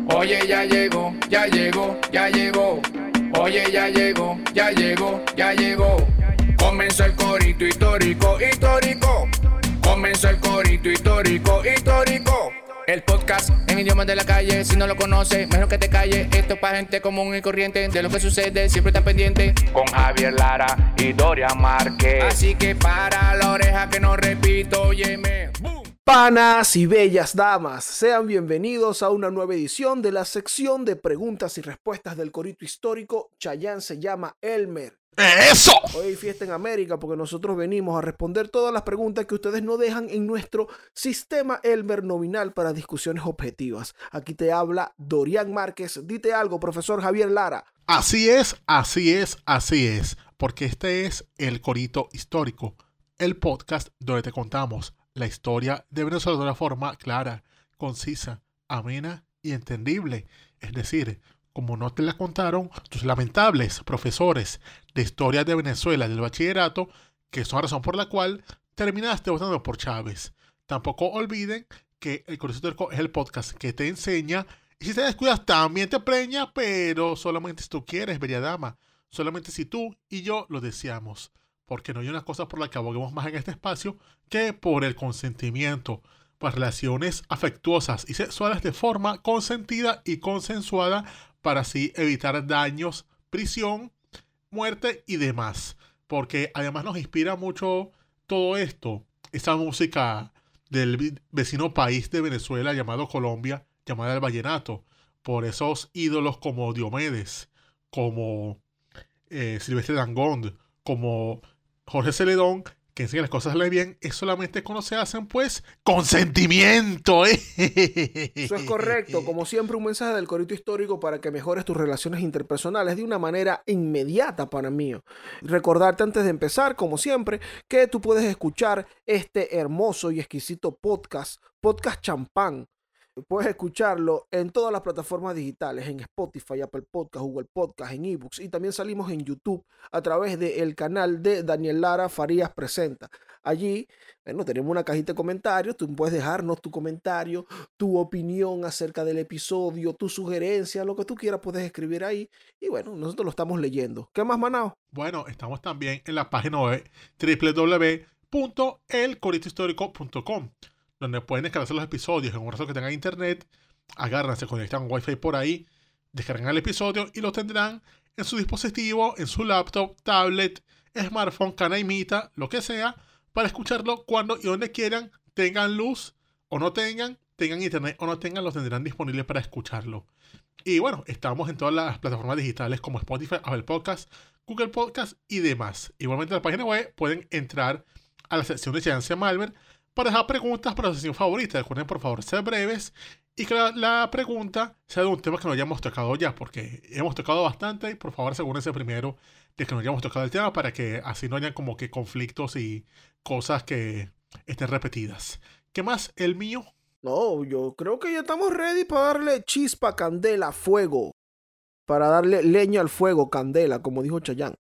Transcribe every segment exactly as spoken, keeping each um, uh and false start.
Oye, ya llegó, ya llegó, ya llegó. Oye, ya llegó, ya llegó, ya llegó. Comenzó el corito histórico, histórico. Comenzó el corito histórico, histórico. El podcast en idiomas de la calle. Si no lo conoces, mejor que te calles. Esto es para gente común y corriente. De lo que sucede, siempre está pendiente. Con Javier Lara y Dorian Márquez. Así que para la oreja que no repito, óyeme. ¡Bum! Panas y bellas damas, sean bienvenidos a una nueva edición de la sección de preguntas y respuestas del corito histórico. Chayanne se llama Elmer. ¡Eso! Hoy hay fiesta en América porque nosotros venimos a responder todas las preguntas que ustedes no dejan en nuestro sistema Elmer nominal para discusiones objetivas. Aquí te habla Dorian Márquez. Dite algo, profesor Javier Lara. Así es, así es, así es, porque este es el Corito Histórico, el podcast donde te contamos la historia de Venezuela de una forma clara, concisa, amena y entendible. Es decir, como no te la contaron tus lamentables profesores de historia de Venezuela del bachillerato, que son la razón por la cual terminaste votando por Chávez. Tampoco olviden que el Corito Histórico es el podcast que te enseña, y si te descuidas también te preña, pero solamente si tú quieres, bella dama, solamente si tú y yo lo deseamos. Porque no hay una cosa por la que aboguemos más en este espacio que por el consentimiento, por relaciones afectuosas y sexuales de forma consentida y consensuada para así evitar daños, prisión, muerte y demás. Porque además nos inspira mucho todo esto, esa música del vecino país de Venezuela llamado Colombia, llamada el vallenato, por esos ídolos como Diomedes, como eh, Silvestre Dangond, como Jorge Celedón, que enseña las cosas bien, es solamente cuando se hacen, pues, consentimiento, ¿eh? Eso es correcto. Como siempre, un mensaje del corito histórico para que mejores tus relaciones interpersonales de una manera inmediata, para mí. Recordarte antes de empezar, como siempre, que tú puedes escuchar este hermoso y exquisito podcast, Podcast Champán. Puedes escucharlo en todas las plataformas digitales, en Spotify, Apple Podcast, Google Podcast, en eBooks, y también salimos en YouTube a través del canal de Daniel Lara Farías Presenta. Allí, bueno, tenemos una cajita de comentarios, tú puedes dejarnos tu comentario, tu opinión acerca del episodio, tu sugerencia, lo que tú quieras puedes escribir ahí, y bueno, nosotros lo estamos leyendo. ¿Qué más, Manao? Bueno, estamos también en la página web doble u doble u doble u punto el corito histórico punto com, donde pueden descargarse los episodios en un rato que tengan internet, agarran, se conectan wifi por ahí, descargan el episodio y lo tendrán en su dispositivo, en su laptop, tablet, smartphone, canaimita, lo que sea, para escucharlo cuando y donde quieran, tengan luz o no tengan, tengan internet o no tengan, lo tendrán disponible para escucharlo. Y bueno, estamos en todas las plataformas digitales como Spotify, Apple Podcast, Google Podcast y demás. Igualmente en la página web pueden entrar a la sección de Chayanne Malver para dejar preguntas para su sesión favorita. Recuerden, por favor, ser breves y que la, la pregunta sea de un tema que no hayamos tocado ya, porque hemos tocado bastante y por favor asegúrense primero de que no hayamos tocado el tema para que así no hayan como que conflictos y cosas que estén repetidas. ¿Qué más? ¿El mío? No, yo creo que ya estamos ready para darle chispa, candela, fuego. Para darle leña al fuego, candela, como dijo Chayanne.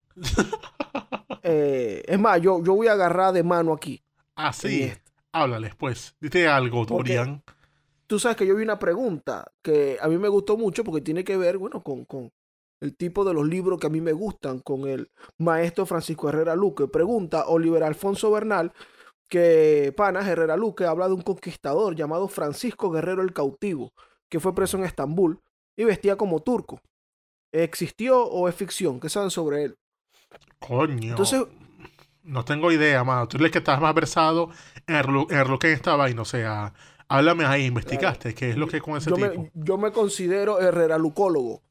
eh, es más, yo, yo voy a agarrar de mano aquí. Ah, sí. Háblales, pues. Dite algo, Dorian. Porque tú sabes que yo vi una pregunta que a mí me gustó mucho porque tiene que ver, bueno, con, con el tipo de los libros que a mí me gustan, con el maestro Francisco Herrera Luque. Pregunta Oliver Alfonso Bernal, que Panas Herrera Luque habla de un conquistador llamado Francisco Guerrero el Cautivo, que fue preso en Estambul y vestía como turco. ¿Existió o es ficción? ¿Qué saben sobre él? Coño. Entonces, no tengo idea, mano. Tú eres que estás más versado en el, en lo que en esta vaina. O sea, háblame ahí, investigaste. Claro. ¿Qué es lo que es con ese yo tipo? Me, yo me considero Herrera Lucólogo.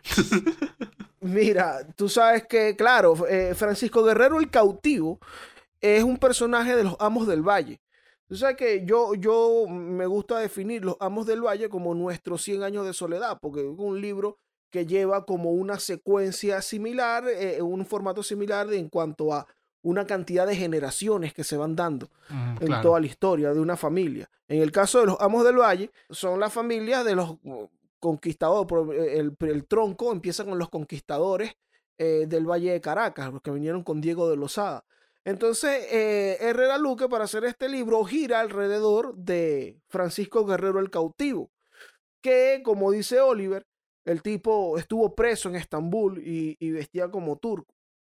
Mira, tú sabes que, claro, eh, Francisco Guerrero el Cautivo es un personaje de los Amos del Valle. Tú sabes que yo, yo me gusta definir los Amos del Valle como nuestros cien años de soledad, porque es un libro que lleva como una secuencia similar, eh, un formato similar de, en cuanto a una cantidad de generaciones que se van dando mm, en claro. toda la historia de una familia. En el caso de los Amos del Valle, son las familias de los conquistadores. El, el tronco empieza con los conquistadores eh, del Valle de Caracas, los que vinieron con Diego de Lozada. Entonces, eh, Herrera Luque, para hacer este libro, gira alrededor de Francisco Guerrero el Cautivo. que, como dice Oliver, el tipo estuvo preso en Estambul y, y vestía como turco.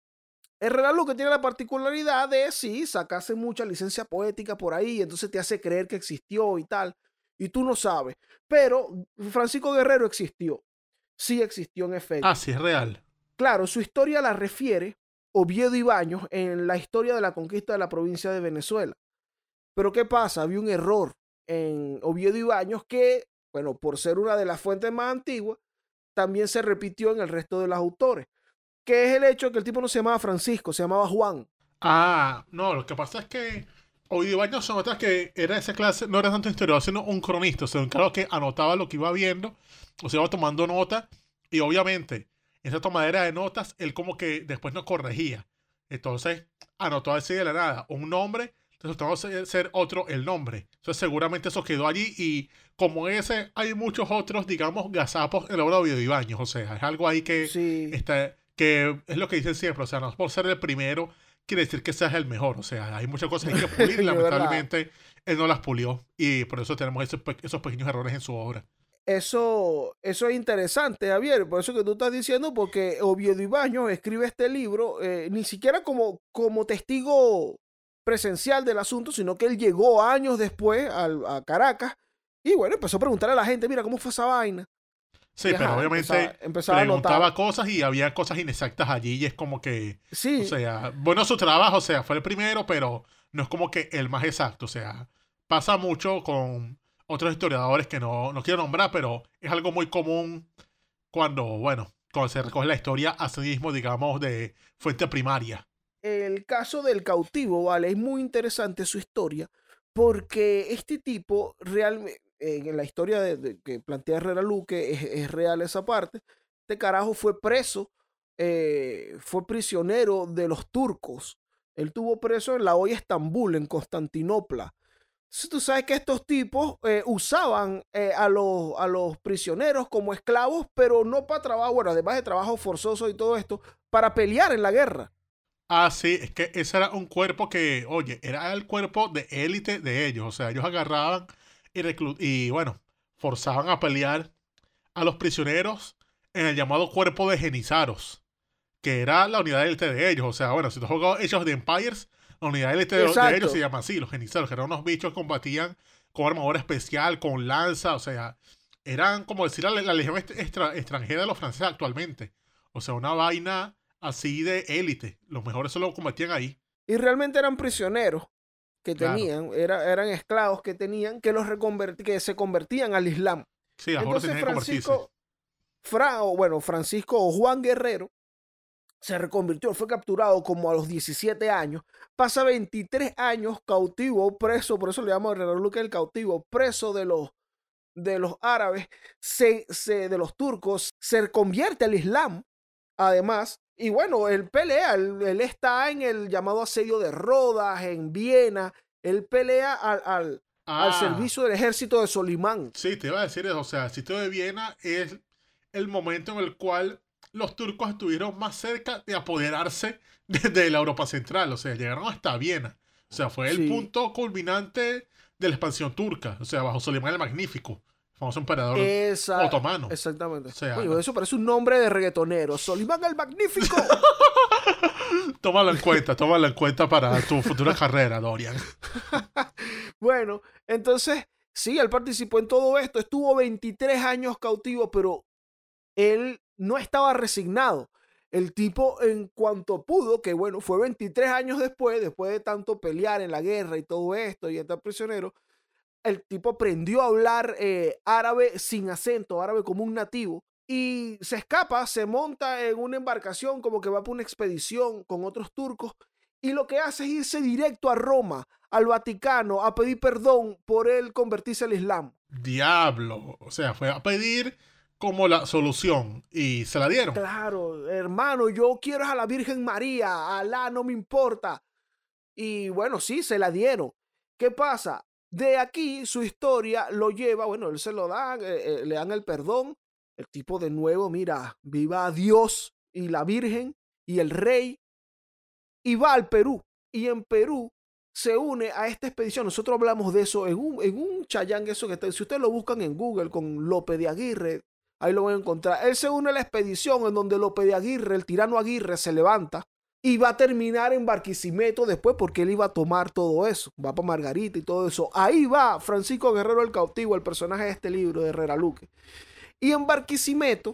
El Relalú tiene la particularidad de, sí, sacarse mucha licencia poética por ahí, entonces te hace creer que existió y tal, y tú no sabes. Pero Francisco Guerrero existió. Sí existió en efecto. Ah, sí, es real. Claro, su historia la refiere Oviedo Ibáñez en la historia de la conquista de la provincia de Venezuela. Pero ¿qué pasa? Había un error en Oviedo Ibáñez que, bueno, por ser una de las fuentes más antiguas, también se repitió en el resto de los autores, que es el hecho de que el tipo no se llamaba Francisco, se llamaba Juan. Ah, no, lo que pasa es que Ovidio Ibáñez se nota que era esa clase, no era tanto historiador, sino un cronista, o sea, un claro que anotaba lo que iba viendo, o sea, iba tomando nota, y obviamente, esa tomadera de notas, él como que después no corregía. Entonces, anotó así de la nada un nombre, resultó ser, ser otro el nombre. Entonces, seguramente eso quedó allí, y como ese, hay muchos otros, digamos, gazapos en la obra de Ovidio Ibáñez, o sea, es algo ahí que Sí. está, que es lo que dicen siempre, o sea, no es por ser el primero, quiere decir que seas el mejor. O sea, hay muchas cosas que hay que pulir y lamentablemente él no las pulió. Y por eso tenemos esos, pe esos pequeños errores en su obra. Eso, eso es interesante, Javier, por eso que tú estás diciendo, porque Oviedo Ibáñez escribe este libro eh, ni siquiera como, como testigo presencial del asunto, sino que él llegó años después al, a Caracas y bueno, empezó a preguntarle a la gente, mira, ¿cómo fue esa vaina? Sí, Y, pero ajá, obviamente empezaba, empezaba preguntaba cosas y había cosas inexactas allí y es como que, sí. o sea, bueno, su trabajo, o sea, fue el primero, pero no es como que el más exacto. O sea, pasa mucho con otros historiadores que no, no quiero nombrar, pero es algo muy común cuando, bueno, cuando se recoge la historia a sí mismo, digamos, de fuente primaria. El caso del cautivo, vale, es muy interesante su historia, porque este tipo realmente, en la historia de, de, que plantea Herrera Luque, es, es real esa parte, este carajo fue preso, eh, fue prisionero de los turcos. Él tuvo preso en la hoy Estambul, en Constantinopla. Si tú sabes que estos tipos eh, usaban eh, a, los, a los prisioneros como esclavos, pero no para trabajo, bueno, además de trabajo forzoso y todo esto, para pelear en la guerra. Ah, sí, es que ese era un cuerpo que, oye, era el cuerpo de élite de ellos. O sea, ellos agarraban y, y bueno, forzaban a pelear a los prisioneros en el llamado cuerpo de jenizaros, que era la unidad de élite de ellos. O sea, bueno, si tú has jugado Age of the Empires, la unidad de élite de, de ellos se llama así, los genizaros, que eran unos bichos que combatían con armadura especial, con lanza, o sea, eran como decir la, la legión extra, extranjera de los franceses actualmente. O sea, una vaina así de élite. Los mejores solo combatían ahí. Y realmente eran prisioneros que Claro. tenían, era, eran esclavos que tenían, que, los que se convertían al Islam. Sí, las Entonces tenían que Francisco, Fra, o bueno, Francisco o Juan Guerrero se reconvirtió, fue capturado como a los diecisiete años, pasa veintitrés años cautivo, preso, por eso le llamamos Herrera Luque el cautivo, preso de los, de los árabes, se, se, de los turcos, se convierte al Islam, además, y bueno, él pelea, él, él está en el llamado asedio de Rodas, en Viena, él pelea al, al, ah, al servicio del ejército de Solimán. Sí, te iba a decir eso, o sea, el sitio de Viena es el momento en el cual los turcos estuvieron más cerca de apoderarse de, de la Europa Central, o sea, llegaron hasta Viena. O sea, fue el sí. punto culminante de la expansión turca, o sea, bajo Solimán el Magnífico, famoso emperador Esa, otomano. Exactamente. O sea, Oye, eso parece un nombre de reggaetonero. Solimán el Magnífico. Tómalo en cuenta, tómalo en cuenta para tu futura carrera, Dorian. Bueno, entonces, sí, él participó en todo esto. Estuvo veintitrés años cautivo, pero él no estaba resignado. El tipo, en cuanto pudo, que bueno, fue veintitrés años después, después de tanto pelear en la guerra y todo esto, y estar prisionero, el tipo aprendió a hablar eh, árabe sin acento, árabe como un nativo, y se escapa, se monta en una embarcación como que va por una expedición con otros turcos, y lo que hace es irse directo a Roma, al Vaticano, a pedir perdón por él convertirse al Islam. Diablo, o sea, fue a pedir como la solución y se la dieron. Claro, hermano, yo quiero a la Virgen María, Alá no me importa. Y bueno, sí, se la dieron. ¿Qué pasa? De aquí su historia lo lleva, bueno, él se lo da, eh, eh, le dan el perdón. El tipo de nuevo, mira, viva a Dios y la Virgen y el rey. Y va al Perú. Y en Perú se une a esta expedición. Nosotros hablamos de eso en un, en un chayán, eso que está, si ustedes lo buscan en Google con Lope de Aguirre, ahí lo van a encontrar. Él se une a la expedición en donde Lope de Aguirre, el tirano Aguirre, se levanta y va a terminar en Barquisimeto después porque él iba a tomar todo eso. Va para Margarita y todo eso. Ahí va Francisco Guerrero el Cautivo, el personaje de este libro de Herrera Luque. Y en Barquisimeto,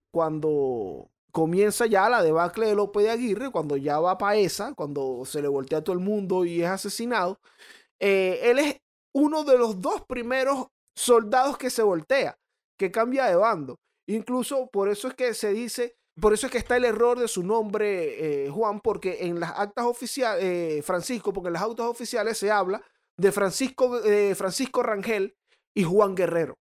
cuando comienza ya la debacle de Lope de Aguirre, cuando ya va para esa, cuando se le voltea a todo el mundo y es asesinado, eh, él es uno de los dos primeros soldados que se voltea, que cambia de bando. Incluso por eso es que se dice, por eso es que está el error de su nombre, eh, Juan, porque en las actas oficiales, eh, Francisco, porque en las actas oficiales se habla de Francisco, eh, Francisco Rangel y Juan Guerrero.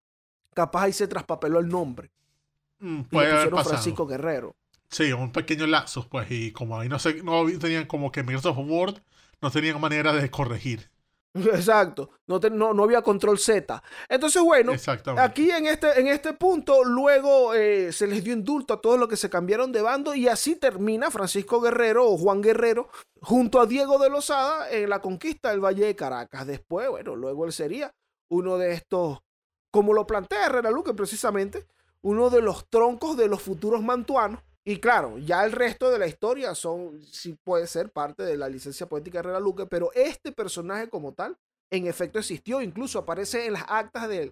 Capaz ahí se traspapeló el nombre. Mm, puede haber pasado. Francisco Guerrero. Sí, un pequeño lapsus, pues, y como ahí no sé, no tenían como que Microsoft Word, no tenían manera de corregir. Exacto, no, te, no, no había control Z. Entonces, bueno, aquí en este, en este punto, luego eh, se les dio indulto a todos los que se cambiaron de bando y así termina Francisco Guerrero o Juan Guerrero junto a Diego de Lozada en la conquista del Valle de Caracas. Después, bueno, luego él sería uno de estos, como lo plantea Herrera Luque precisamente, uno de los troncos de los futuros mantuanos. Y claro, ya el resto de la historia son, sí puede ser parte de la licencia poética de Herrera Luque, pero este personaje como tal, en efecto existió, incluso aparece en las actas del,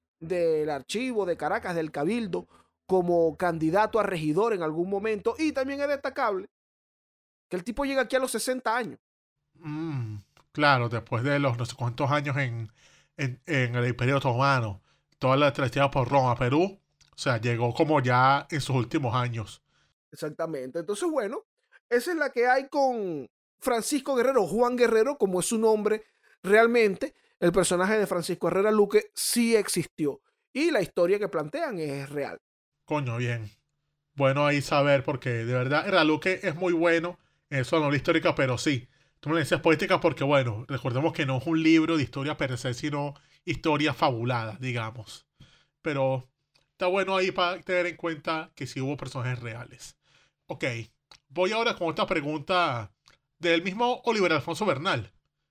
del archivo de Caracas, del Cabildo, como candidato a regidor en algún momento, y también es destacable que el tipo llega aquí a los sesenta años. Mm, claro, después de los no sé cuántos años en, en, en el Imperio Otomano, toda la travesía por Roma, Perú, o sea, llegó como ya en sus últimos años. Exactamente. Entonces, bueno, esa es la que hay con Francisco Guerrero, Juan Guerrero, como es su nombre realmente. El personaje de Francisco Herrera Luque sí existió. Y la historia que plantean es real. Coño, bien. Bueno ahí saber, porque de verdad Herrera Luque es muy bueno en eso, no la histórica, pero sí. Tú me dices poética porque, bueno, recordemos que no es un libro de historia per se, sino historia fabulada, digamos. Pero está bueno ahí para tener en cuenta que sí hubo personajes reales. Ok, voy ahora con otra pregunta del mismo Oliver Alfonso Bernal,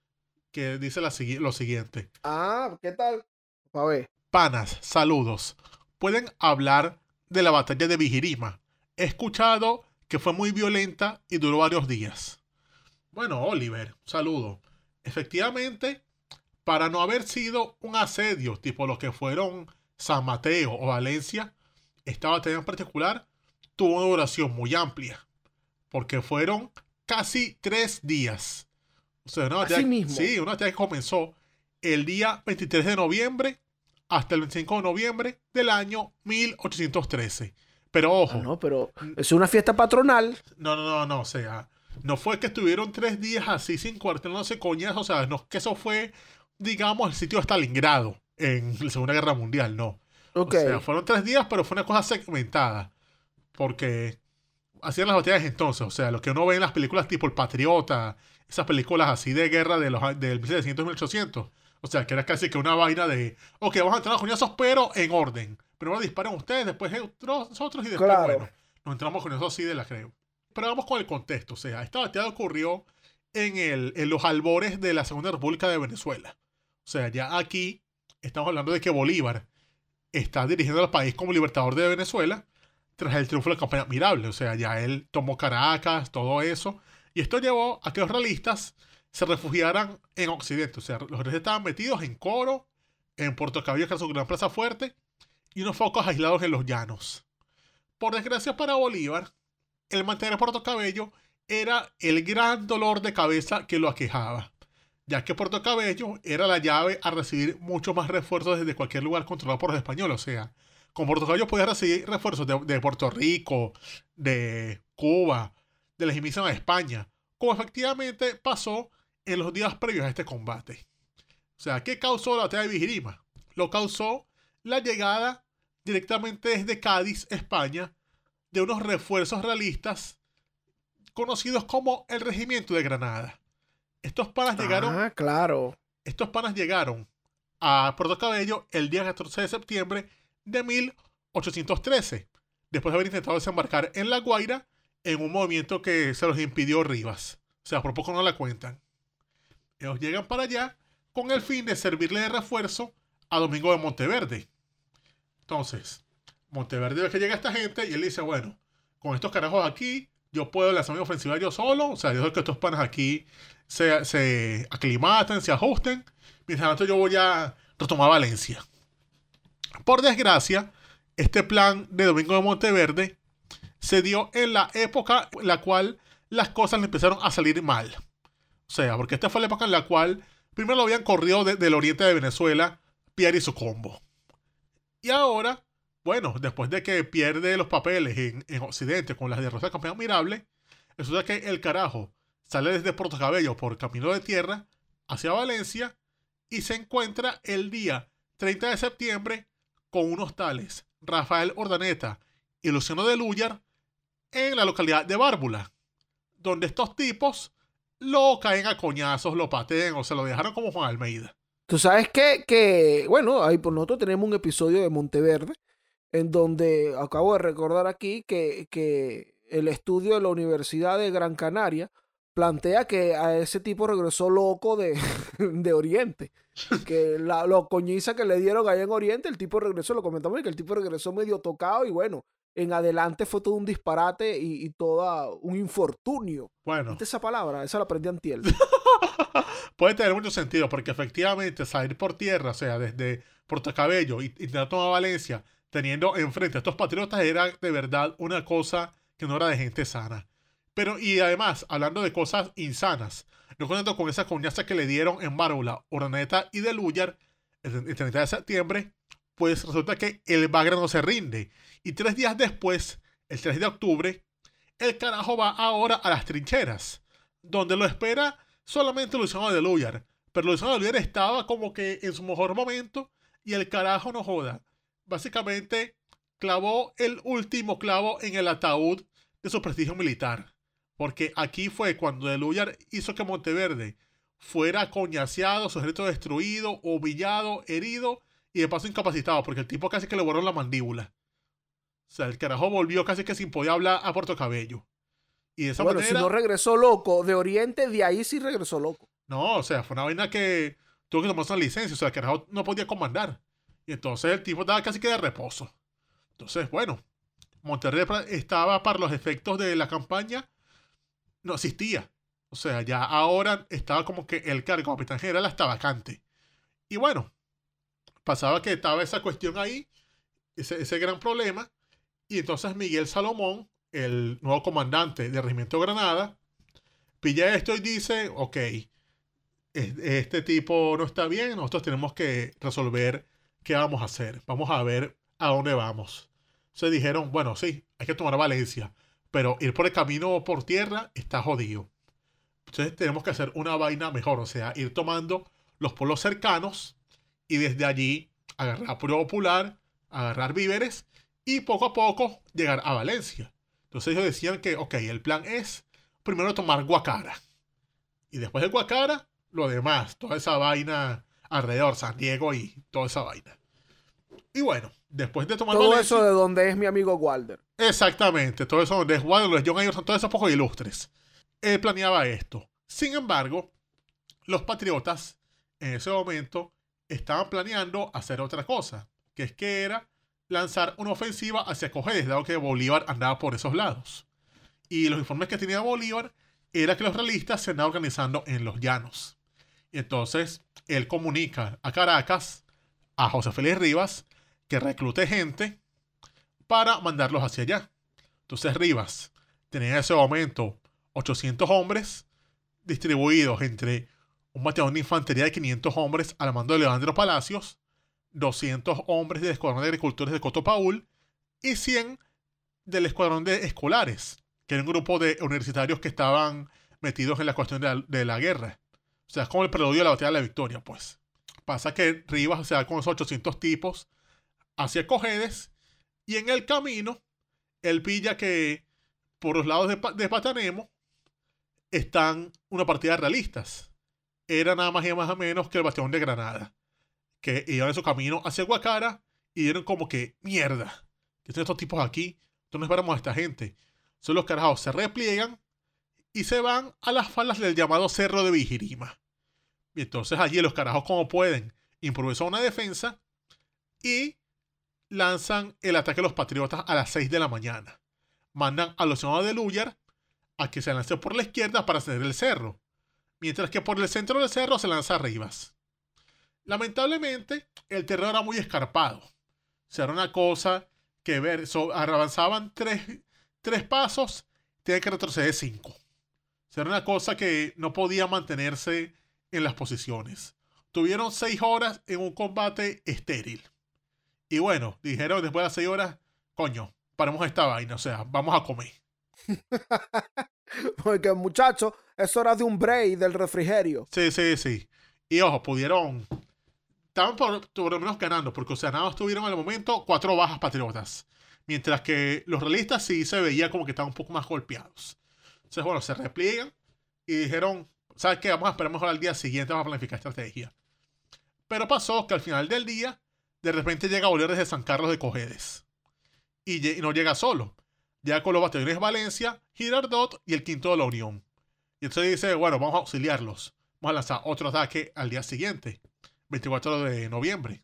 que dice la, lo siguiente. Ah, ¿qué tal? A ver. Panas, saludos. ¿Pueden hablar de la batalla de Vigirima? He escuchado que fue muy violenta y duró varios días. Bueno, Oliver, saludo. Efectivamente, para no haber sido un asedio tipo los que fueron San Mateo o Valencia, esta batalla en particular tuvo una duración muy amplia, porque fueron casi tres días. O sea, una batalla, Así mismo. Sí, una batalla que comenzó el día veintitrés de noviembre hasta el veinticinco de noviembre del año mil ochocientos trece. Pero ojo. Ah, no, pero es una fiesta patronal. No, no, no, no, o sea, no fue que estuvieron tres días así sin cuartelándose coñas, o sea, no es que eso fue, digamos, el sitio de Stalingrado en la Segunda Guerra Mundial, no. Okay. O sea, fueron tres días, pero fue una cosa segmentada. Porque hacían las batallas entonces. O sea, lo que uno ve en las películas tipo El Patriota, esas películas así de guerra de los, del mil setecientos y mil ochocientos. O sea, que era casi que una vaina de, ok, vamos a entrar a los coñazos, pero en orden. Primero disparan ustedes, después nosotros y después, claro. bueno, nos entramos con eso así de la creo. Pero vamos con el contexto. O sea, esta batalla ocurrió en, el, en los albores de la Segunda República de Venezuela. O sea, ya aquí estamos hablando de que Bolívar está dirigiendo al país como libertador de Venezuela tras el triunfo de la campaña admirable. O sea, ya él tomó Caracas, todo eso. Y esto llevó a que los realistas se refugiaran en Occidente. O sea, los realistas estaban metidos en Coro, en Puerto Cabello, que era su gran plaza fuerte, y unos focos aislados en los llanos. Por desgracia para Bolívar, el mantener Puerto Cabello era el gran dolor de cabeza que lo aquejaba, ya que Puerto Cabello era la llave a recibir muchos más refuerzos desde cualquier lugar controlado por los españoles. O sea, con Puerto Cabello podía recibir refuerzos de, de Puerto Rico, de Cuba, de la emisión a España, como efectivamente pasó en los días previos a este combate. O sea, ¿qué causó la batalla de Vigirima? Lo causó la llegada directamente desde Cádiz, España, de unos refuerzos realistas conocidos como el Regimiento de Granada. Estos panas llegaron. Ah, claro. Estos panas llegaron a Puerto Cabello el día catorce de septiembre de mil ochocientos trece, después de haber intentado desembarcar en La Guaira en un movimiento que se los impidió Rivas. O sea, por poco no la cuentan. Ellos llegan para allá con el fin de servirle de refuerzo a Domingo de Monteverde. Entonces, Monteverde ve que llega esta gente y él dice, bueno, con estos carajos aquí, yo puedo lanzar mi ofensiva yo solo. O sea, yo sé que estos panas aquí se, se aclimaten, se ajusten. Mientras tanto, yo voy a retomar Valencia. Por desgracia, este plan de Domingo de Monteverde se dio en la época en la cual las cosas le empezaron a salir mal. O sea, porque esta fue la época en la cual primero lo habían corrido de, del oriente de Venezuela Pierre y su combo. Y ahora, bueno, después de que pierde los papeles en, en Occidente con las derrotas de Campeón Admirable, resulta que el carajo sale desde Puerto Cabello por camino de tierra hacia Valencia y se encuentra el día treinta de septiembre con unos tales Rafael Urdaneta y Luciano de Lúyar en la localidad de Bárbula, donde estos tipos lo caen a coñazos, lo patean o se lo dejaron como Juan Almeida. Tú sabes que, que bueno, ahí por nosotros tenemos un episodio de Monteverde en donde acabo de recordar aquí que, que el estudio de la Universidad de Gran Canaria plantea que a ese tipo regresó loco de, de Oriente. Que la lo coñiza que le dieron allá en Oriente, el tipo regresó, lo comentamos, que el tipo regresó medio tocado y bueno, en adelante fue todo un disparate y, y todo un infortunio. Bueno. ¿Viste esa palabra? Esa la aprendí antier. Puede tener mucho sentido porque efectivamente salir por tierra, o sea, desde Puerto Cabello y intentar tomar Valencia, teniendo enfrente a estos patriotas, era de verdad una cosa que no era de gente sana. Pero, y además, hablando de cosas insanas, no contento con esa coñaza que le dieron en Bárbula, Urdaneta y de Lúyar, el treinta de septiembre, pues resulta que el Bagre no se rinde. Y tres días después, el tres de octubre, el carajo va ahora a las trincheras, donde lo espera solamente Luciano de Lúyar. Pero Luciano de Lúyar estaba como que en su mejor momento y el carajo no joda. Básicamente clavó el último clavo en el ataúd de su prestigio militar. Porque aquí fue cuando de Lúyar hizo que Monteverde fuera coñaseado, su ejército destruido, humillado, herido y de paso incapacitado, porque el tipo casi que le borró la mandíbula. O sea, el carajo volvió casi que sin poder hablar a Puerto Cabello. Y de esa bueno, manera... si no regresó loco de Oriente, de ahí sí regresó loco. No, o sea, fue una vaina que tuvo que tomarse una licencia, o sea, el carajo no podía comandar. Y entonces el tipo estaba casi que de reposo. Entonces, bueno, Monteverde estaba para los efectos de la campaña, no existía. O sea, ya ahora estaba como que el cargo de capitán general estaba vacante. Y bueno, pasaba que estaba esa cuestión ahí, ese, ese gran problema. Y entonces Miguel Salomón, el nuevo comandante del Regimiento Granada, pilla esto y dice, ok, este tipo no está bien, nosotros tenemos que resolver qué vamos a hacer. Vamos a ver a dónde vamos. Se dijeron, bueno, sí, hay que tomar Valencia, pero ir por el camino por tierra está jodido. Entonces tenemos que hacer una vaina mejor, o sea, ir tomando los pueblos cercanos y desde allí agarrar apoyo popular, agarrar víveres y poco a poco llegar a Valencia. Entonces ellos decían que, ok, el plan es primero tomar Guacara. Y después de Guacara, lo demás, toda esa vaina alrededor, San Diego y toda esa vaina. Y bueno, después de tomar todo Valencia, eso de donde es mi amigo Walder. Exactamente, todo eso donde es Walder, los John Iverson, todos esos pocos ilustres. Él planeaba esto. Sin embargo, los patriotas en ese momento estaban planeando hacer otra cosa, que es que era lanzar una ofensiva hacia Cojedes, dado que Bolívar andaba por esos lados. Y los informes que tenía Bolívar era que los realistas se andaban organizando en los llanos. Y entonces él comunica a Caracas, a José Félix Rivas, que reclute gente para mandarlos hacia allá. Entonces Rivas tenía en ese momento ochocientos hombres distribuidos entre un batallón de infantería de quinientos hombres al mando de Leandro Palacios, doscientos hombres del escuadrón de agricultores de Cotopaúl y cien del escuadrón de escolares, que era un grupo de universitarios que estaban metidos en la cuestión de la, de la guerra. O sea, es como el preludio de la batalla de la victoria, pues. Pasa que Rivas se da con esos ochocientos tipos hacia Cojedes y en el camino él pilla que por los lados de, de Patanemo están una partida de realistas. Era nada más y más o menos que el bastión de Granada, que iban en su camino hacia Guacara y dieron como que, mierda, que están estos tipos aquí, entonces no esperamos a esta gente. Son los carajos, se repliegan y se van a las faldas del llamado Cerro de Vigirima. Y entonces allí los carajos, como pueden, improvisan una defensa y lanzan el ataque a los patriotas a las seis de la mañana. Mandan a los soldados de Luyar a que se lancen por la izquierda para ascender el cerro, mientras que por el centro del cerro se lanza Rivas. Lamentablemente, el terreno era muy escarpado. O sea, era una cosa que ver, so, avanzaban tres, tres pasos, tenían que retroceder cinco. O sea, era una cosa que no podía mantenerse en las posiciones. Tuvieron seis horas en un combate estéril. Y bueno, dijeron después de las seis horas, coño, paremos esta vaina, o sea, vamos a comer. Porque, muchachos, eso era de un break del refrigerio. Sí, sí, sí. Y ojo, pudieron... Estaban por, por lo menos ganando, porque o sea, nada más tuvieron al momento cuatro bajas patriotas. Mientras que los realistas sí se veía como que estaban un poco más golpeados. Entonces, bueno, se repliegan y dijeron, ¿sabes qué? Vamos a esperar mejor al día siguiente, vamos a planificar estrategia. Pero pasó que al final del día, de repente llega Bolívar desde San Carlos de Cojedes. Y, y no llega solo. Llega con los batallones Valencia, Girardot y el quinto de la Unión. Y entonces dice, bueno, vamos a auxiliarlos. Vamos a lanzar otro ataque al día siguiente, veinticuatro de noviembre.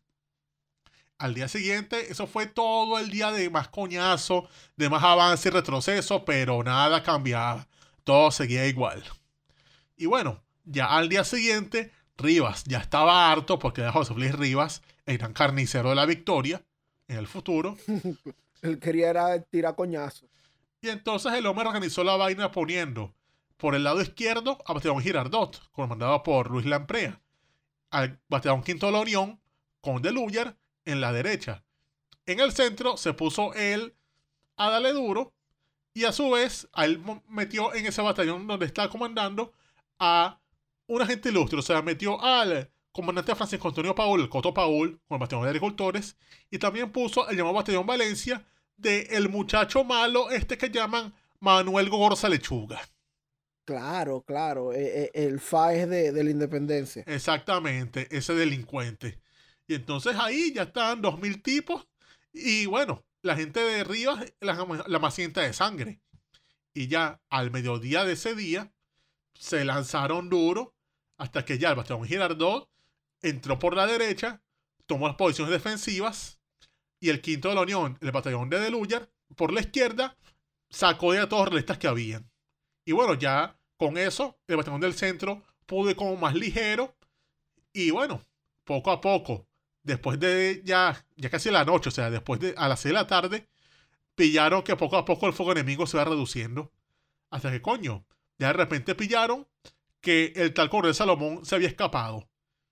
Al día siguiente, eso fue todo el día de más coñazo, de más avance y retroceso, pero nada cambiaba. Todo seguía igual. Y bueno, ya al día siguiente, Rivas ya estaba harto porque era José Luis Rivas, el gran carnicero de la victoria en el futuro. Él quería era tirar coñazo. Y entonces el hombre organizó la vaina poniendo por el lado izquierdo a Batallón Girardot, comandado por Luis Lamprea, al Batallón Quinto de la Unión con de Luyar en la derecha. En el centro se puso él a darle duro y a su vez a él metió en ese batallón donde está comandando a un agente ilustre, o sea, metió al comandante Francisco Antonio Paul, el Coto Paul, con el batallón de agricultores, y también puso el llamado Batallón Valencia de el muchacho malo este que llaman Manuel Gorza Lechuga. Claro, claro, el, el F A E de, de la independencia. Exactamente, ese delincuente. Y entonces ahí ya estaban dos mil tipos y bueno, la gente de Rivas la, la macienta de sangre. Y ya al mediodía de ese día se lanzaron duro hasta que ya el batallón Girardot entró por la derecha, tomó las posiciones defensivas y el quinto de la Unión, el batallón de Deluyar, por la izquierda, sacó de a todos los realistas que habían. Y bueno, ya con eso, el batallón del centro pudo ir como más ligero. Y bueno, poco a poco, después de ya, ya casi la noche, o sea, después de a las seis de la tarde, pillaron que poco a poco el fuego enemigo se va reduciendo. Hasta que, coño, ya de repente pillaron que el tal Coronel Salomón se había escapado.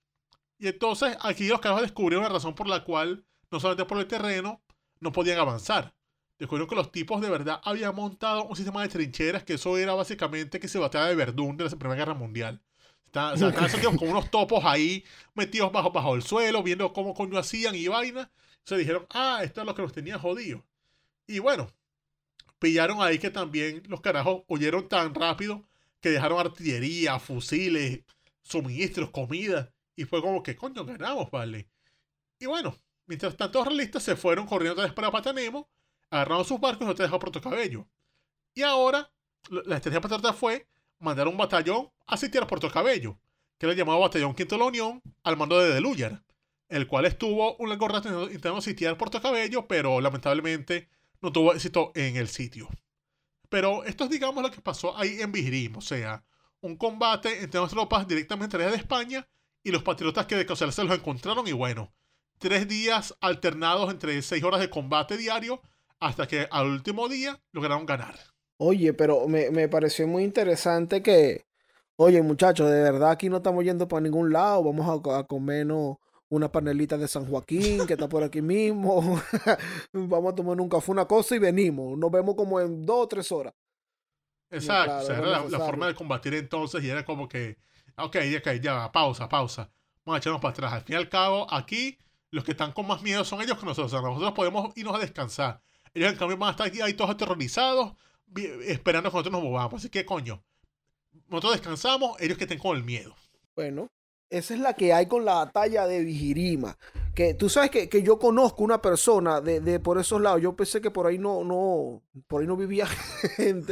Y entonces aquí los carajos descubrieron la razón por la cual, no solamente por el terreno, no podían avanzar. Descubrieron que los tipos de verdad habían montado un sistema de trincheras, que eso era básicamente que se batalla de Verdún de la Primera Guerra Mundial. Está, o sea, estaban esos con unos topos ahí metidos bajo, bajo el suelo, viendo cómo coño hacían y vaina. Se dijeron, ah, esto es lo que nos tenía jodidos. Y bueno, pillaron ahí que también los carajos huyeron tan rápido que dejaron artillería, fusiles, suministros, comida. Y fue como que, coño, ganamos, vale. Y bueno, mientras tanto los realistas se fueron corriendo otra vez para Patanemo, agarraron sus barcos y no te dejó Puerto Cabello. Y ahora, la estrategia patriota fue mandar un batallón a sitiar Puerto Cabello, que era el llamado Batallón Quinto de la Unión, al mando de Deluyar, el cual estuvo un largo rato intentando sitiar Puerto Cabello, pero lamentablemente no tuvo éxito en el sitio. Pero esto es, digamos, lo que pasó ahí en Vigirim, o sea, un combate entre las tropas directamente de España y los patriotas que de casualidad se los encontraron, y bueno, tres días alternados entre seis horas de combate diario, hasta que al último día lograron ganar. Oye, pero me, me pareció muy interesante que, oye, muchachos, de verdad aquí no estamos yendo para ningún lado, vamos a, a comernos una panelita de San Joaquín, que está por aquí mismo, vamos a tomar un café, una cosa y venimos, nos vemos como en dos o tres horas. Exacto, claro, o sea, era la, la forma de combatir entonces, y era como que, ok, ok, ya, pausa, pausa, vamos a echarnos para atrás. Al fin y al cabo, aquí los que están con más miedo son ellos que nosotros, o sea, nosotros podemos irnos a descansar. Ellos en cambio van a estar aquí ahí todos aterrorizados, esperando que nosotros nos movamos. Así que, coño, nosotros descansamos, ellos que estén con el miedo. Bueno, esa es la que hay con la batalla de Vigirima. Que tú sabes que, que yo conozco una persona de, de por esos lados. Yo pensé que por ahí no, no, por ahí no vivía gente.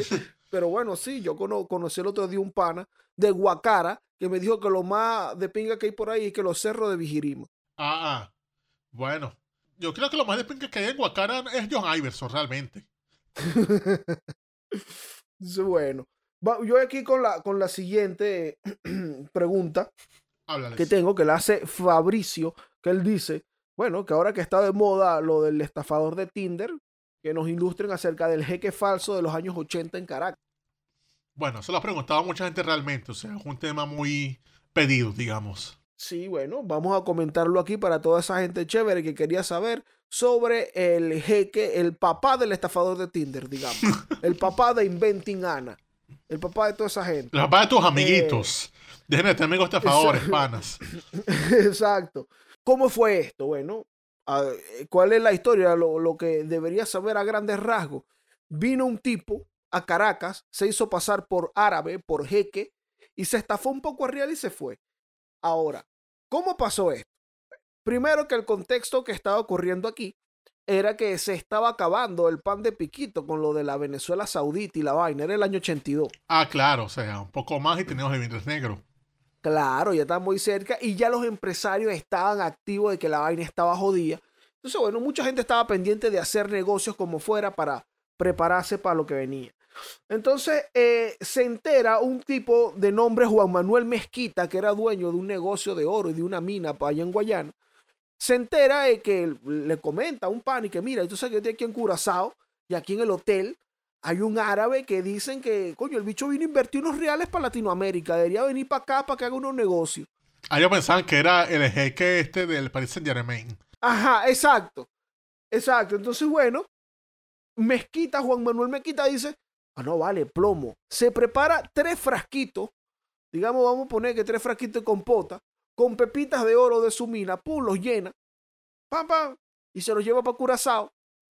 Pero bueno, sí, yo cono conocí el otro día un pana de Guacara que me dijo que lo más de pinga que hay por ahí es que los cerros de Vigirima. Ah, ah, bueno. Yo creo que lo más de pinga que hay en Guacara es John Iverson, realmente. Bueno, va, yo aquí con la, con la siguiente pregunta Háblales. que tengo, que la hace Fabricio, que él dice, bueno, que ahora que está de moda lo del estafador de Tinder, que nos ilustren acerca del jeque falso de los años ochenta en Caracas. Bueno, eso lo ha preguntado mucha gente realmente, o sea, es un tema muy pedido, digamos. Sí, bueno, vamos a comentarlo aquí para toda esa gente chévere que quería saber sobre el jeque, el papá del estafador de Tinder, digamos. El papá de Inventing Anna. El papá de toda esa gente. El papá de tus amiguitos. Eh, Dejen de tener amigos estafadores, panas. Exacto. ¿Cómo fue esto? Bueno, ¿cuál es la historia? Lo, lo que deberías saber a grandes rasgos. Vino un tipo a Caracas, se hizo pasar por árabe, por jeque, y se estafó un poco a real y se fue. Ahora, ¿cómo pasó esto? Primero que el contexto que estaba ocurriendo aquí era que se estaba acabando el pan de piquito con lo de la Venezuela Saudita y la vaina. Era el año ochenta y dos. Ah, claro, o sea, un poco más y teníamos el Viernes Negro. Claro, ya está muy cerca y ya los empresarios estaban activos de que la vaina estaba jodida. Entonces, bueno, mucha gente estaba pendiente de hacer negocios como fuera para prepararse para lo que venía. Entonces, eh, se entera un tipo de nombre Juan Manuel Mezquita, que era dueño de un negocio de oro y de una mina para allá en Guayana. Se entera de que le comenta a un pan y que mira, tú sabes que yo estoy aquí en Curazao y aquí en el hotel hay un árabe que dicen que, coño, el bicho vino a invertir unos reales para Latinoamérica, debería venir para acá para que haga unos negocios. Ah, yo pensaba que era el jeque este del Paris Saint-Germain. Ajá, exacto, exacto. Entonces, bueno, Mezquita, Juan Manuel Mezquita dice, ah, no, vale, plomo. Se prepara tres frasquitos, digamos, vamos a poner que tres frasquitos de compota, con pepitas de oro de su mina, pum, los llena, pam, pam, y se los lleva para Curazao.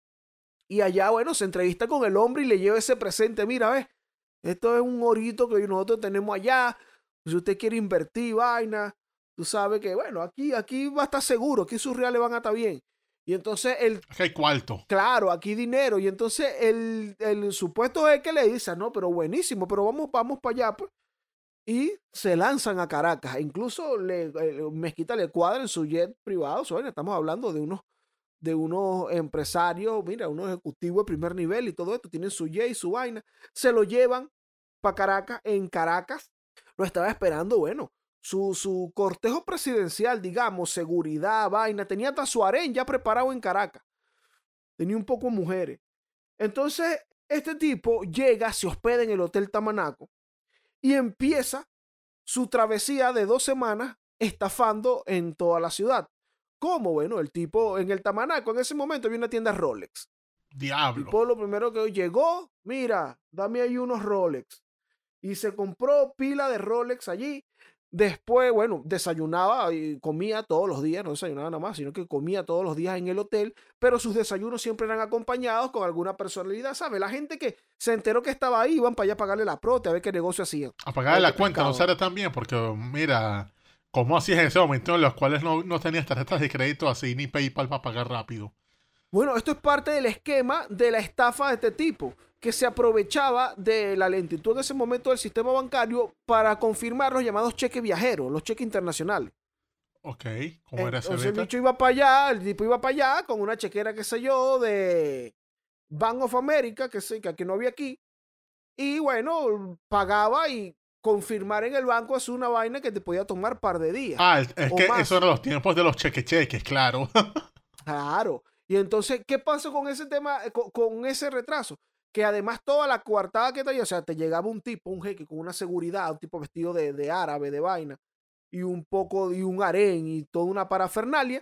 Y allá, bueno, se entrevista con el hombre y le lleva ese presente. Mira, ves, esto es un orito que nosotros tenemos allá. Si usted quiere invertir, vaina, tú sabes que, bueno, aquí, aquí va a estar seguro, aquí sus reales van a estar bien. Y entonces el... Aquí hay cuarto. Claro, aquí dinero. Y entonces el, el supuesto es que le dice, no, pero buenísimo, pero vamos, vamos para allá, pues. Y se lanzan a Caracas. Incluso le, Mezquita le cuadra en su jet privado. Bueno, estamos hablando de unos, de unos empresarios, mira, unos ejecutivos de primer nivel y todo esto. Tienen su jet y su vaina. Se lo llevan para Caracas. En Caracas lo estaba esperando, bueno, su, su cortejo presidencial, digamos, seguridad, vaina. Tenía hasta su harén ya preparado en Caracas. Tenía un poco de mujeres. Entonces, este tipo llega, se hospeda en el Hotel Tamanaco y empieza su travesía de dos semanas estafando en toda la ciudad. ¿Cómo? Bueno, el tipo en el Tamanaco, en ese momento había una tienda Rolex. Diablo. El tipo lo primero que llegó, mira, dame ahí unos Rolex. Y se compró pila de Rolex allí. Después, bueno, desayunaba y comía todos los días, no desayunaba nada más, sino que comía todos los días en el hotel, pero sus desayunos siempre eran acompañados con alguna personalidad, ¿sabes? La gente que se enteró que estaba ahí, iban para allá a pagarle la prote, a ver qué negocio hacían. A pagarle la cuenta, no sale tan bien, porque mira, ¿cómo hacías en ese momento en los cuales no, no tenías tarjetas de crédito así ni PayPal para pagar rápido? Bueno, esto es parte del esquema de la estafa de este tipo, que se aprovechaba de la lentitud en ese momento del sistema bancario para confirmar los llamados cheques viajeros, los cheques internacionales. Ok, ¿cómo era ese? Entonces el bicho iba para allá, el tipo iba para allá con una chequera, qué sé yo, de Bank of America, que, sé, que aquí no había aquí, y bueno, pagaba y confirmar en el banco es una vaina que te podía tomar un par de días. Ah, es que más. Esos eran los tiempos de los cheques-cheques, claro. Claro. Y entonces, ¿qué pasó con ese tema, con, con ese retraso? Que además toda la coartada que traía, o sea, te llegaba un tipo, un jeque con una seguridad, un tipo vestido de, de árabe, de vaina, y un poco, y un harén, y toda una parafernalia,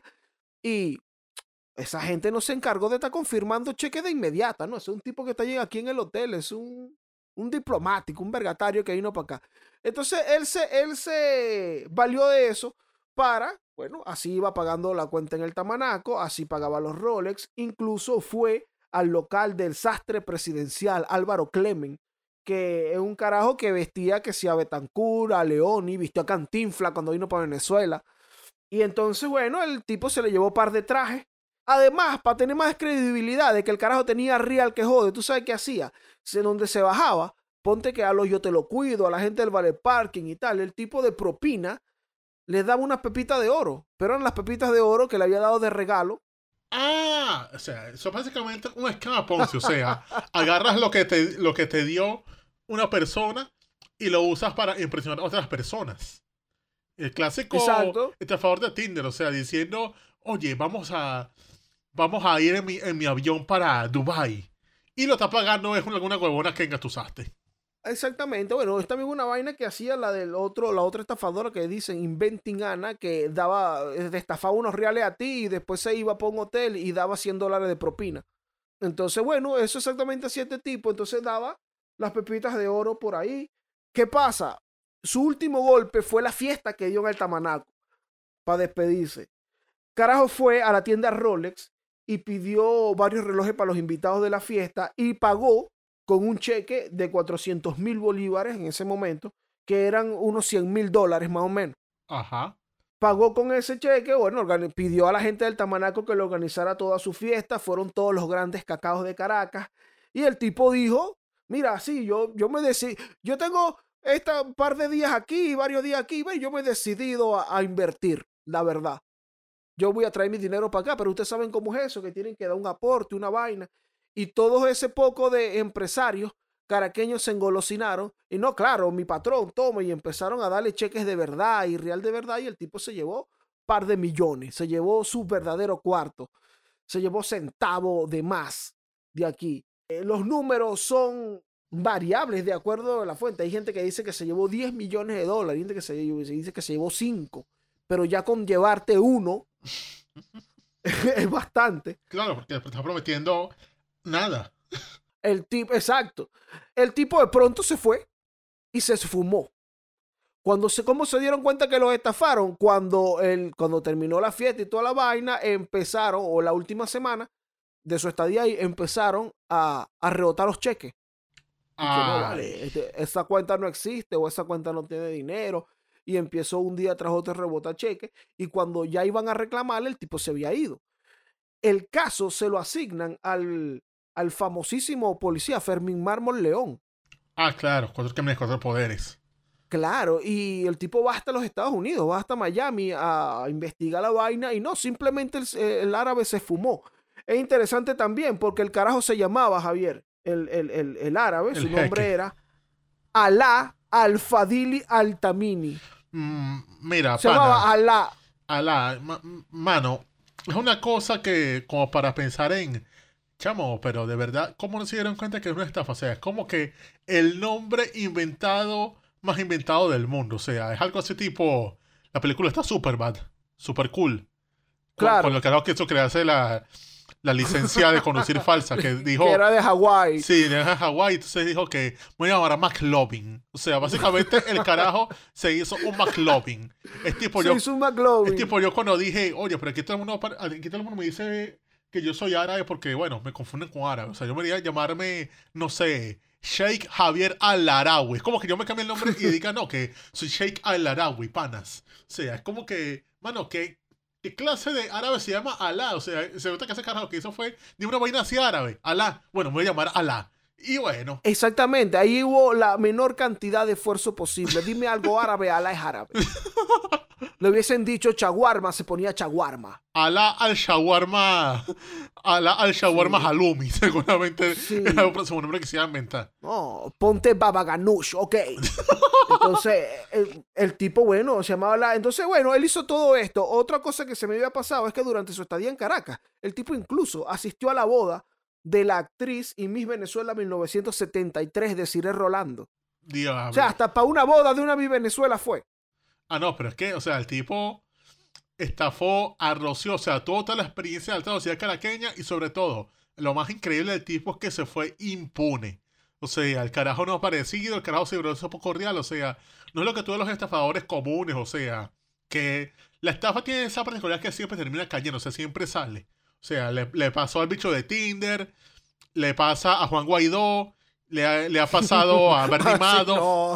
y esa gente no se encargó de estar confirmando cheques de inmediata, ¿no? Es un tipo que está aquí en el hotel, es un, un diplomático, un vergatario que vino para acá. Entonces, él se, él se valió de eso para, bueno, así iba pagando la cuenta en el Tamanaco, así pagaba los Rolex, incluso fue al local del sastre presidencial Álvaro Clemen, que es un carajo que vestía que si a Betancur, a Leoni, vistió a Cantinfla cuando vino para Venezuela. Y entonces, bueno, el tipo se le llevó un par de trajes. Además, para tener más credibilidad de que el carajo tenía real que jode, ¿tú sabes qué hacía? Se, donde se bajaba, ponte que a los yo te lo cuido, a la gente del valet parking y tal, el tipo de propina les daba unas pepitas de oro, pero eran las pepitas de oro que le había dado de regalo. Ah, o sea, eso es básicamente un esquema Ponzi, o sea, agarras lo que te, lo que te dio una persona y lo usas para impresionar a otras personas. El clásico Exacto. estafador de Tinder, o sea, diciendo, oye, vamos a, vamos a ir en mi, en mi avión para Dubai. Y lo está pagando es alguna huevona que engatusaste. Exactamente, bueno, es también una vaina que hacía la del otro, la otra estafadora que dicen Inventing Anna, que daba, te estafaba unos reales a ti y después se iba para un hotel y daba cien dólares de propina. Entonces, bueno, eso exactamente hacía este tipo, entonces daba las pepitas de oro por ahí. ¿Qué pasa? Su último golpe fue la fiesta que dio en el Tamanaco para despedirse. Carajo fue a la tienda Rolex y pidió varios relojes para los invitados de la fiesta y pagó con un cheque de cuatrocientos mil bolívares en ese momento, que eran unos cien mil dólares más o menos. Ajá. Pagó con ese cheque, bueno, pidió a la gente del Tamanaco que le organizara toda su fiesta, fueron todos los grandes cacaos de Caracas, y el tipo dijo, mira, sí, yo, yo me decidí, yo tengo este par de días aquí, varios días aquí, y yo me he decidido a, a invertir, la verdad. Yo voy a traer mi dinero para acá, pero ustedes saben cómo es eso, que tienen que dar un aporte, una vaina. Y todo ese poco de empresarios caraqueños se engolosinaron. Y no, claro, mi patrón, toma, y empezaron a darle cheques de verdad y real de verdad. Y el tipo se llevó un par de millones. Se llevó su verdadero cuarto. Se llevó centavo de más de aquí. Eh, los números son variables de acuerdo a la fuente. Hay gente que dice que se llevó diez millones de dólares. Hay gente que se, se dice que se llevó cinco. Pero ya con llevarte uno es bastante. Claro, porque está prometiendo nada. El tipo, exacto. El tipo de pronto se fue y se esfumó. Cuando se, ¿Cómo se dieron cuenta que los estafaron? Cuando, el, cuando terminó la fiesta y toda la vaina, empezaron, o la última semana de su estadía ahí, empezaron a, a rebotar los cheques. Y que no, vale, este, esa cuenta no existe o esa cuenta no tiene dinero. Y empezó un día tras otro a rebotar cheques. Y cuando ya iban a reclamarle, el tipo se había ido. El caso se lo asignan al, al famosísimo policía Fermín Mármol León. Ah, claro, cuatro crímenes, cuatro poderes. Claro, y el tipo va hasta los Estados Unidos, va hasta Miami a investigar la vaina y no, simplemente el, el árabe se fumó. Es interesante también porque el carajo se llamaba Javier, el, el, el, el árabe, el su jeque. Nombre era Alá Al-Fadili Al-Tamimi. Mm, mira, se pana, llamaba Alá. Alá, ma, mano, es una cosa que como para pensar en, chamo, pero de verdad, ¿cómo no se dieron cuenta que es una estafa? O sea, es como que el nombre inventado, más inventado del mundo. O sea, es algo así tipo, la película está super bad, super cool. Claro. Con, con lo que hago que eso crease la, la licencia de conducir falsa, que dijo... Que era de Hawái. Sí, de Hawái, entonces dijo que voy a llamar a McLovin. O sea, básicamente el carajo se hizo un McLovin. Es tipo se yo... hizo un McLovin. Es tipo yo cuando dije, oye, pero aquí todo el mundo, aquí todo el mundo me dice que yo soy árabe porque, bueno, me confunden con árabe. O sea, yo me diría llamarme, no sé, Sheikh Javier Al-Arawi. Es como que yo me cambie el nombre y diga, no, que soy Sheikh Al-Arawi, panas. O sea, es como que, mano, que... ¿Qué clase de árabe se llama Alá? O sea, se nota que ese carajo que hizo fue de una vaina así árabe. Alá. Bueno, me voy a llamar Alá. Y bueno. Exactamente. Ahí hubo la menor cantidad de esfuerzo posible. Dime algo árabe, Alá es árabe. Le hubiesen dicho chaguarma, se ponía chaguarma. Alá al shawarma. Alá al shawarma sí. Halloumi. Seguramente sí. Era un segundo nombre que se iba a inventar. No, ponte baba ganoush, ok. Entonces, el, el tipo, bueno, se llamaba la... Entonces, bueno, él hizo todo esto. Otra cosa que se me había pasado es que durante su estadía en Caracas, el tipo incluso asistió a la boda de la actriz y Miss Venezuela mil novecientos setenta y tres de Cire Rolando. Dios, o sea, hasta para una boda de una Miss Venezuela fue. Ah, no, pero es que, o sea, el tipo estafó, arroció, o sea, tuvo toda la experiencia de alta velocidad caraqueña y sobre todo, lo más increíble del tipo es que se fue impune. O sea, el carajo no ha aparecido, el carajo se hizo poco cordial, o sea, no es lo que todos los estafadores comunes, o sea, que la estafa tiene esa particularidad que siempre termina cayendo, o sea, siempre sale. O sea, le, le pasó al bicho de Tinder, le pasa a Juan Guaidó, le ha, le ha pasado a Bernie Madoff.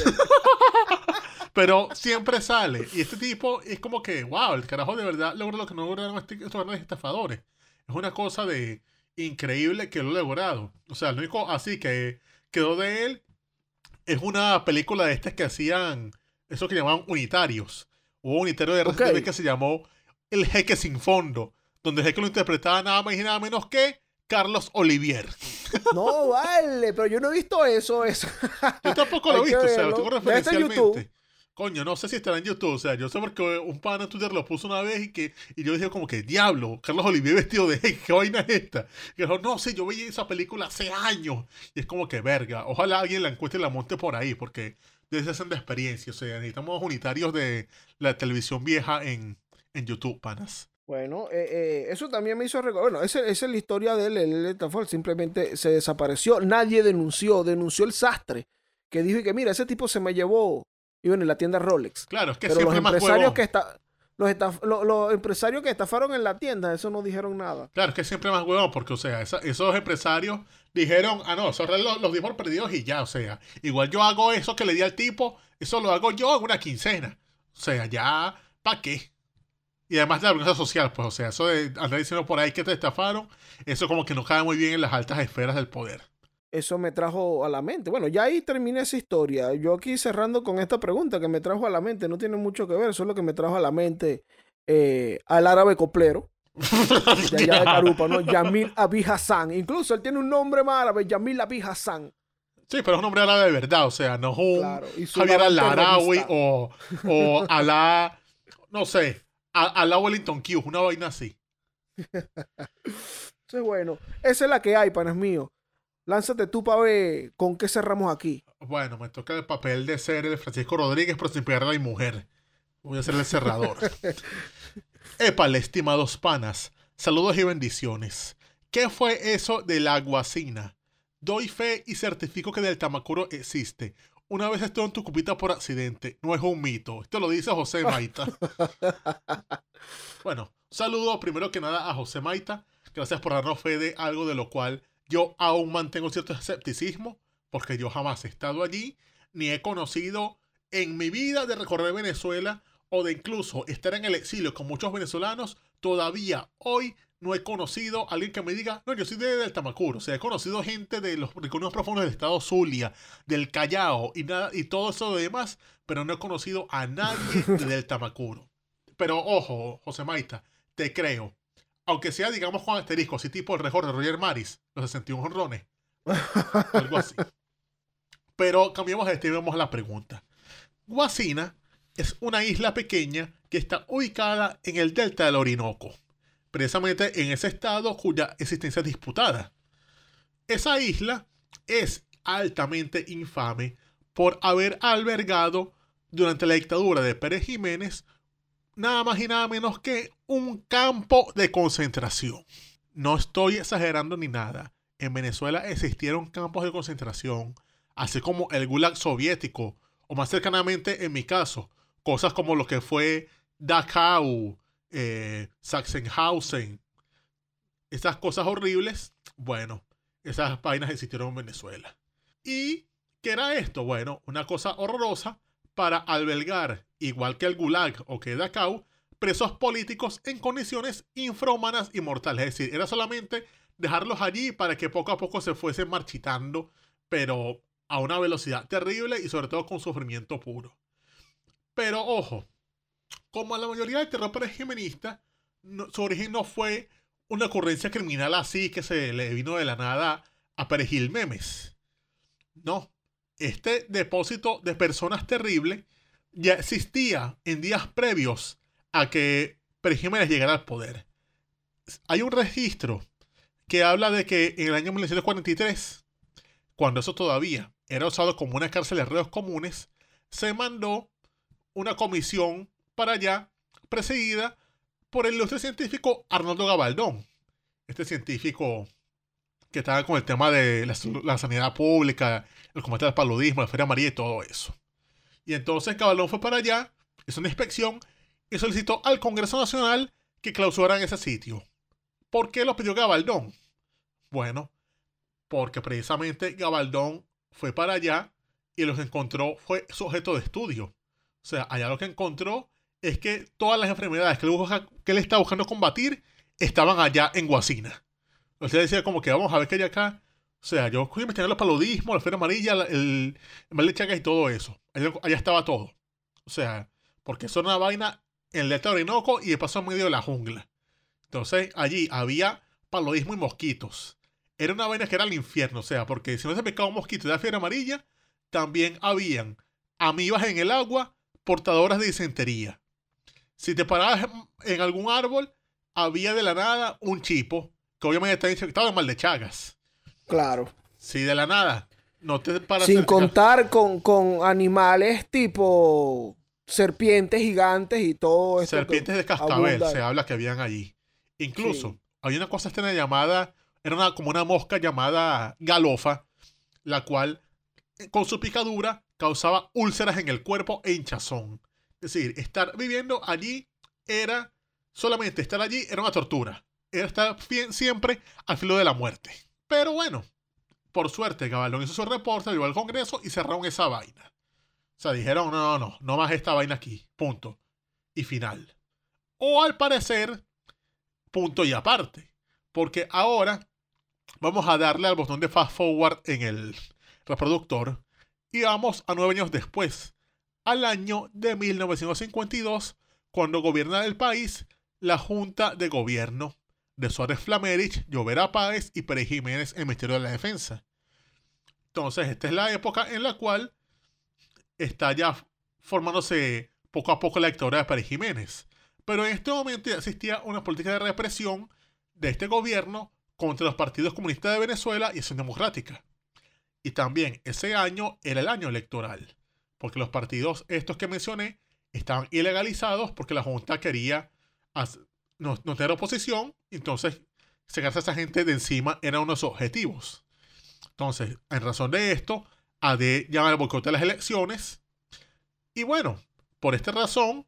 Pero siempre sale. Y este tipo es como que, wow, el carajo de verdad logró lo que no lograron estos grandes estafadores. Es una cosa de... increíble que lo ha logrado. O sea, lo único así que quedó de él Es una película de estas que hacían, eso que llamaban unitarios. Hubo un unitario de R C T V Ok. que se llamó El Jeque Sin Fondo, donde el jeque lo interpretaba nada más y nada menos que Carlos Olivier. No, vale, pero yo no he visto eso, eso. Yo tampoco lo he Hay que visto, o sea, lo verlo. tengo Ya está en referencialmente. YouTube. Coño, no sé si estará en YouTube, o sea, yo sé porque un pan en Twitter lo puso una vez y que y yo dije como que, diablo, Carlos Olivier vestido de jeque, ¿qué vaina es esta? Y dijo, no, sí, yo veía esa película hace años. Y es como que, verga, ojalá alguien la encuentre y la monte por ahí, porque desde hacen de experiencia, o sea, necesitamos unitarios de la televisión vieja en, en YouTube, panas. Bueno, eh, eh, eso también me hizo recordar. Bueno, esa esa es la historia de él. Él Estafa simplemente se desapareció. Nadie denunció. Denunció el sastre. Que dijo que, mira, ese tipo se me llevó. Y bueno, en la tienda Rolex. Claro, es que Pero los siempre más empresarios huevón. que está, los, estaf- lo- los empresarios que estafaron en la tienda, eso no dijeron nada. Claro, es que siempre más huevón, porque, o sea, esa- esos empresarios dijeron, ah, no, esos los, los di por perdidos y ya, o sea, igual yo hago eso que le di al tipo, eso lo hago yo en una quincena. O sea, ya, ¿para qué? Y además de la vergüenza social, pues, o sea, eso de andar diciendo por ahí que te estafaron, eso como que no cae muy bien en las altas esferas del poder. Eso me trajo a la mente. Bueno, ya ahí terminé esa historia. Yo aquí cerrando con esta pregunta que me trajo a la mente, no tiene mucho que ver, solo que me trajo a la mente eh, al árabe coplero, de allá de Carupa, ¿no? Yamil Abi Hassan. Incluso él tiene un nombre más árabe, Yamil Abi Hassan. Sí, pero es un hombre árabe de verdad, o sea, no es un Claro, y su Javier lavante Al-Arawi revista. o, o Alá, no sé, a- Alá Wellington Q, una vaina así. Entonces, bueno, esa es la que hay, panas míos. Lánzate tú para ver con qué cerramos aquí. Bueno, me toca el papel de ser el Francisco Rodríguez, pero sin pegar a mi mujer. Voy a ser el cerrador. Épale, estimados panas. Saludos y bendiciones. ¿Qué fue eso de la guasina? Doy fe y certifico que del Tamacuro existe. Una vez estuve en tu cupita por accidente. No es un mito. Esto lo dice José Maita. Bueno, saludo primero que nada a José Maita. Gracias por darnos fe de algo de lo cual yo aún mantengo cierto escepticismo, porque yo jamás he estado allí, ni he conocido en mi vida de recorrer Venezuela o de incluso estar en el exilio con muchos venezolanos. Todavía hoy no he conocido a alguien que me diga, no, yo soy de, del Tamacuro. O sea, he conocido gente de los rincones profundos del estado Zulia, del Callao y, nada, y todo eso de demás, pero no he conocido a nadie del Tamacuro. Pero ojo, José Maita, te creo. Aunque sea, digamos, con asterisco, así tipo el récord de Roger Maris, los sesenta y uno jonrones. Algo así. Pero cambiamos de este y vamos a la pregunta. Guasina es una isla pequeña que está ubicada en el delta del Orinoco, precisamente en ese estado cuya existencia es disputada. Esa isla es altamente infame por haber albergado durante la dictadura de Pérez Jiménez nada más y nada menos que un campo de concentración. No estoy exagerando ni nada. En Venezuela existieron campos de concentración, así como el Gulag soviético, o más cercanamente en mi caso, cosas como lo que fue Dachau, eh, Sachsenhausen. Esas cosas horribles, bueno, esas vainas existieron en Venezuela. ¿Y qué era esto? Bueno, una cosa horrorosa para albergar, igual que el Gulag o que Dachau, presos políticos en condiciones infrahumanas y mortales. Es decir, era solamente dejarlos allí para que poco a poco se fuesen marchitando, pero a una velocidad terrible y sobre todo con sufrimiento puro. Pero ojo, como la mayoría del terror perejimenista, no, su origen no fue una ocurrencia criminal así que se le vino de la nada a Perejil Memes. No, este depósito de personas terrible ya existía en días previos a que Pérez Jiménez llegara al poder. Hay un registro que habla de que en el año mil novecientos cuarenta y tres, cuando eso todavía era usado como una cárcel de reos comunes, se mandó una comisión para allá, presidida por el ilustre científico Arnoldo Gabaldón. Este científico que estaba con el tema de la, la sanidad pública, el combate al paludismo, la Feria María y todo eso. Y entonces Gabaldón fue para allá, hizo una inspección y solicitó al Congreso Nacional que clausuraran ese sitio. ¿Por qué lo pidió Gabaldón? Bueno, porque precisamente Gabaldón fue para allá y lo que encontró fue sujeto de estudio. O sea, allá lo que encontró es que todas las enfermedades que él, busca, que él estaba buscando combatir estaban allá en Guasina. O sea, decía como que vamos a ver qué hay acá. O sea, yo fui investigando el paludismo, la fiebre amarilla, el, el mal de Chagas y todo eso. Allá, allá estaba todo. O sea, porque eso era una vaina en el delta de Orinoco y de paso en medio de la jungla. Entonces, allí había paludismo y mosquitos. Era una vaina que era el infierno. O sea, porque si no se picaba un mosquito de la fiebre amarilla, también habían amibas en el agua portadoras de disentería. Si te parabas en algún árbol, había de la nada un chipo que obviamente está infectado de mal de Chagas. Claro. Si de la nada no te paras. Sin contar con, con animales tipo serpientes gigantes y todo esto. Serpientes de cascabel, abunda. Se habla que habían allí. Incluso, sí. Había una cosa extraña llamada, era una, como una mosca llamada galofa, la cual con su picadura causaba úlceras en el cuerpo e hinchazón. Es decir, estar viviendo allí era, solamente estar allí era una tortura. Era estar siempre al filo de la muerte. Pero bueno, por suerte Gavaldón hizo su reporte, llegó al Congreso y cerraron esa vaina. O sea, dijeron, no, no, no, no más esta vaina aquí, punto. Y final. O al parecer, punto y aparte. Porque ahora vamos a darle al botón de fast forward en el reproductor y vamos a nueve años después, al año de mil novecientos cincuenta y dos, cuando gobierna el país la Junta de Gobierno de Suárez Flamerich, Llovera Páez y Pérez Jiménez en el Ministerio de la Defensa. Entonces, esta es la época en la cual está ya formándose poco a poco la dictadura de Pérez Jiménez. Pero en este momento ya existía una política de represión de este gobierno contra los partidos comunistas de Venezuela y Acción Democrática. Y también ese año era el año electoral, porque los partidos estos que mencioné estaban ilegalizados porque la Junta quería hacer No, no tener oposición, entonces sacarse a esa gente de encima era uno de sus objetivos. Entonces, en razón de esto, A D llama al boicot de las elecciones. Y bueno, por esta razón,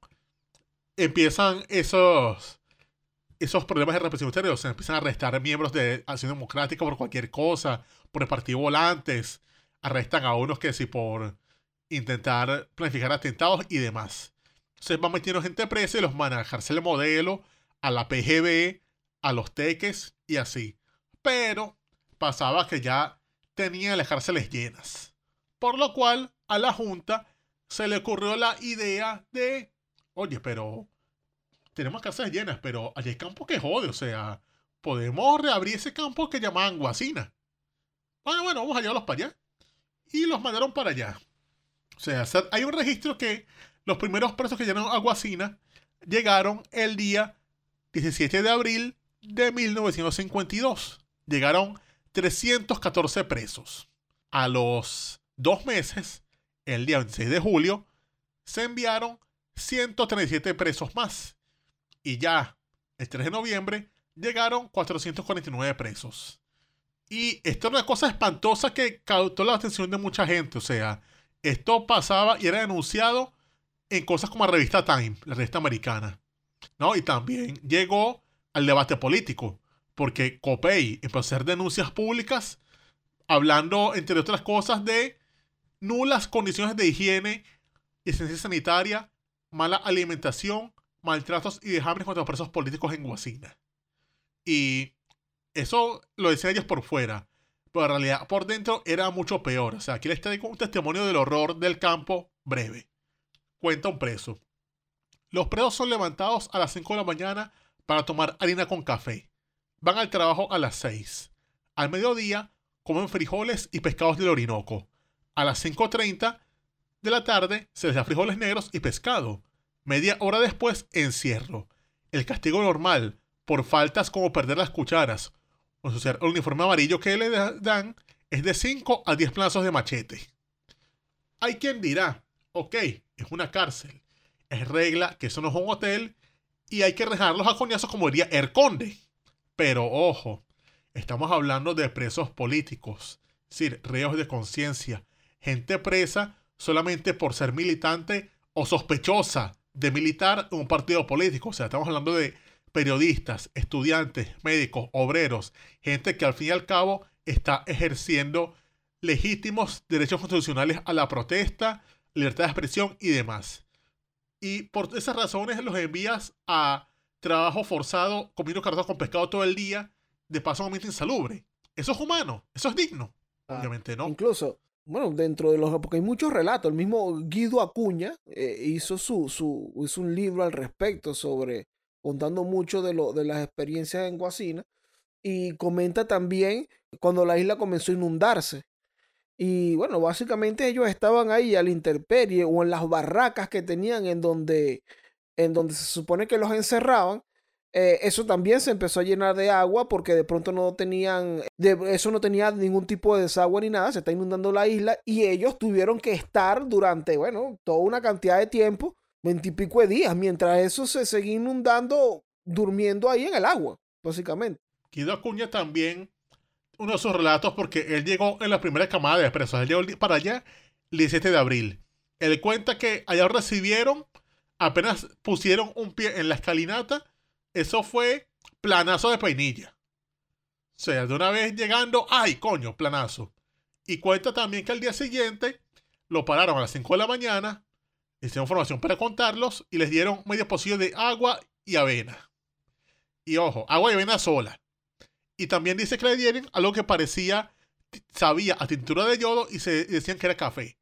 empiezan esos, esos problemas de represión exterior. Se empiezan a arrestar miembros de Acción Democrática por cualquier cosa, por el partido volantes. Arrestan a unos que sí por intentar planificar atentados y demás. Entonces van metiendo gente presa y los van a dejarse el modelo a la P G B, a los teques y así. Pero pasaba que ya tenían las cárceles llenas. Por lo cual a la Junta se le ocurrió la idea de, oye, pero tenemos cárceles llenas, pero allí hay campo que jode, o sea, podemos reabrir ese campo que llamaban Guasina. Bueno, bueno, vamos a llevarlos para allá. Y los mandaron para allá. O sea, hay un registro que los primeros presos que llegaron a Guasina llegaron el día diecisiete de abril de mil novecientos cincuenta y dos. Llegaron trescientos catorce presos. A los dos meses, el día veintiséis de julio, se enviaron ciento treinta y siete presos más. Y ya, el tres de noviembre, llegaron cuatrocientos cuarenta y nueve presos. Y esto era una cosa espantosa que causó la atención de mucha gente. O sea, esto pasaba y era denunciado en cosas como la revista Time, la revista americana, ¿no? Y también llegó al debate político, porque Copey empezó a hacer denuncias públicas hablando, entre otras cosas, de nulas condiciones de higiene y asistencia sanitaria, mala alimentación, maltratos y dejambres contra los presos políticos en Guasina. Y eso lo decían ellos por fuera, pero en realidad por dentro era mucho peor. O sea, aquí les traigo un testimonio del horror del campo breve. Cuenta un preso. Los presos son levantados a las cinco de la mañana para tomar harina con café. Van al trabajo a las seis. Al mediodía comen frijoles y pescados del Orinoco. A las cinco y treinta de la tarde se les da frijoles negros y pescado. Media hora después, encierro. El castigo normal por faltas como perder las cucharas o ensuciar el uniforme amarillo que le dan es de cinco a diez plazos de machete. Hay quien dirá, ok, es una cárcel. Es regla que eso no es un hotel y hay que rejarlos a coñazos como diría El Conde. Pero ojo, estamos hablando de presos políticos, es decir, reos de conciencia, gente presa solamente por ser militante o sospechosa de militar en un partido político. O sea, estamos hablando de periodistas, estudiantes, médicos, obreros, gente que al fin y al cabo está ejerciendo legítimos derechos constitucionales a la protesta, libertad de expresión y demás. Y por esas razones los envías a trabajo forzado, comiendo cartón con pescado todo el día, de paso un ambiente insalubre. ¿Eso es humano? ¿Eso es digno? Ah, Obviamente no. Incluso, bueno, dentro de los, porque hay muchos relatos, el mismo Guido Acuña eh, hizo, su, su, hizo un libro al respecto sobre, contando mucho de, lo, de las experiencias en Guasina, y comenta también cuando la isla comenzó a inundarse. Y bueno, básicamente ellos estaban ahí a la intemperie o en las barracas que tenían en donde, en donde se supone que los encerraban. Eh, eso también se empezó a llenar de agua porque de pronto no tenían, de, eso no tenía ningún tipo de desagüe ni nada, se está inundando la isla y ellos tuvieron que estar durante, bueno, toda una cantidad de tiempo, veintipico de días, mientras eso se seguía inundando, durmiendo ahí en el agua, básicamente. Guido Acuña también, uno de sus relatos, porque él llegó en la primera camada de presos, él llegó para allá el diecisiete de abril. Él cuenta que allá recibieron, apenas pusieron un pie en la escalinata, eso fue planazo de peinilla. O sea, de una vez llegando, ¡ay, coño, planazo! Y cuenta también que al día siguiente lo pararon a las cinco de la mañana, hicieron formación para contarlos y les dieron medio pocillo de agua y avena. Y ojo, agua y avena sola. Y también dice que le dieron algo que parecía, sabía a tintura de yodo y se decían que era café.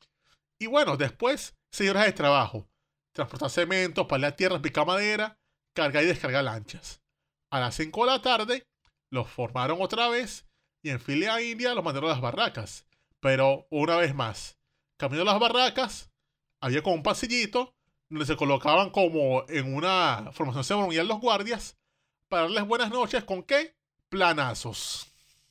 Y bueno, después, seis horas de trabajo. Transportar cemento, palear tierra, picar madera, cargar y descargar lanchas. A las cinco de la tarde, los formaron otra vez y en fila india los mandaron a las barracas. Pero una vez más, camino a las barracas, había como un pasillito donde se colocaban como en una formación ceremonial los guardias para darles buenas noches con ¿qué? Planazos.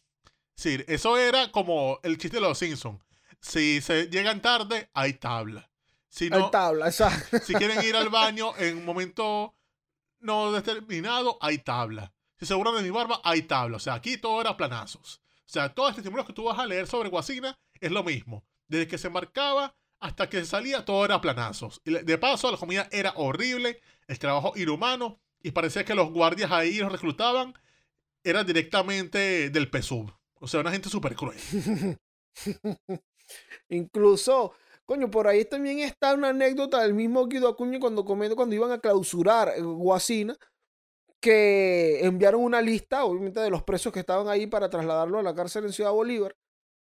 Sí, eso era como el chiste de los Simpsons. Si se llegan tarde, hay tabla. Si no, hay tabla, exacto. Si quieren ir al baño en un momento no determinado, hay tabla. Si se burlan de mi barba, hay tabla. O sea, aquí todo era planazos. O sea, todos los testimonios que tú vas a leer sobre Guasina es lo mismo. Desde que se marcaba hasta que se salía, todo era planazos. Y de paso, la comida era horrible, el trabajo inhumano, y parecía que los guardias ahí los reclutaban eran directamente del P S U B. O sea, una gente súper cruel. Incluso, coño, por ahí también está una anécdota del mismo Guido Acuña cuando comento cuando iban a clausurar Guasina, que enviaron una lista, obviamente, de los presos que estaban ahí para trasladarlo a la cárcel en Ciudad Bolívar.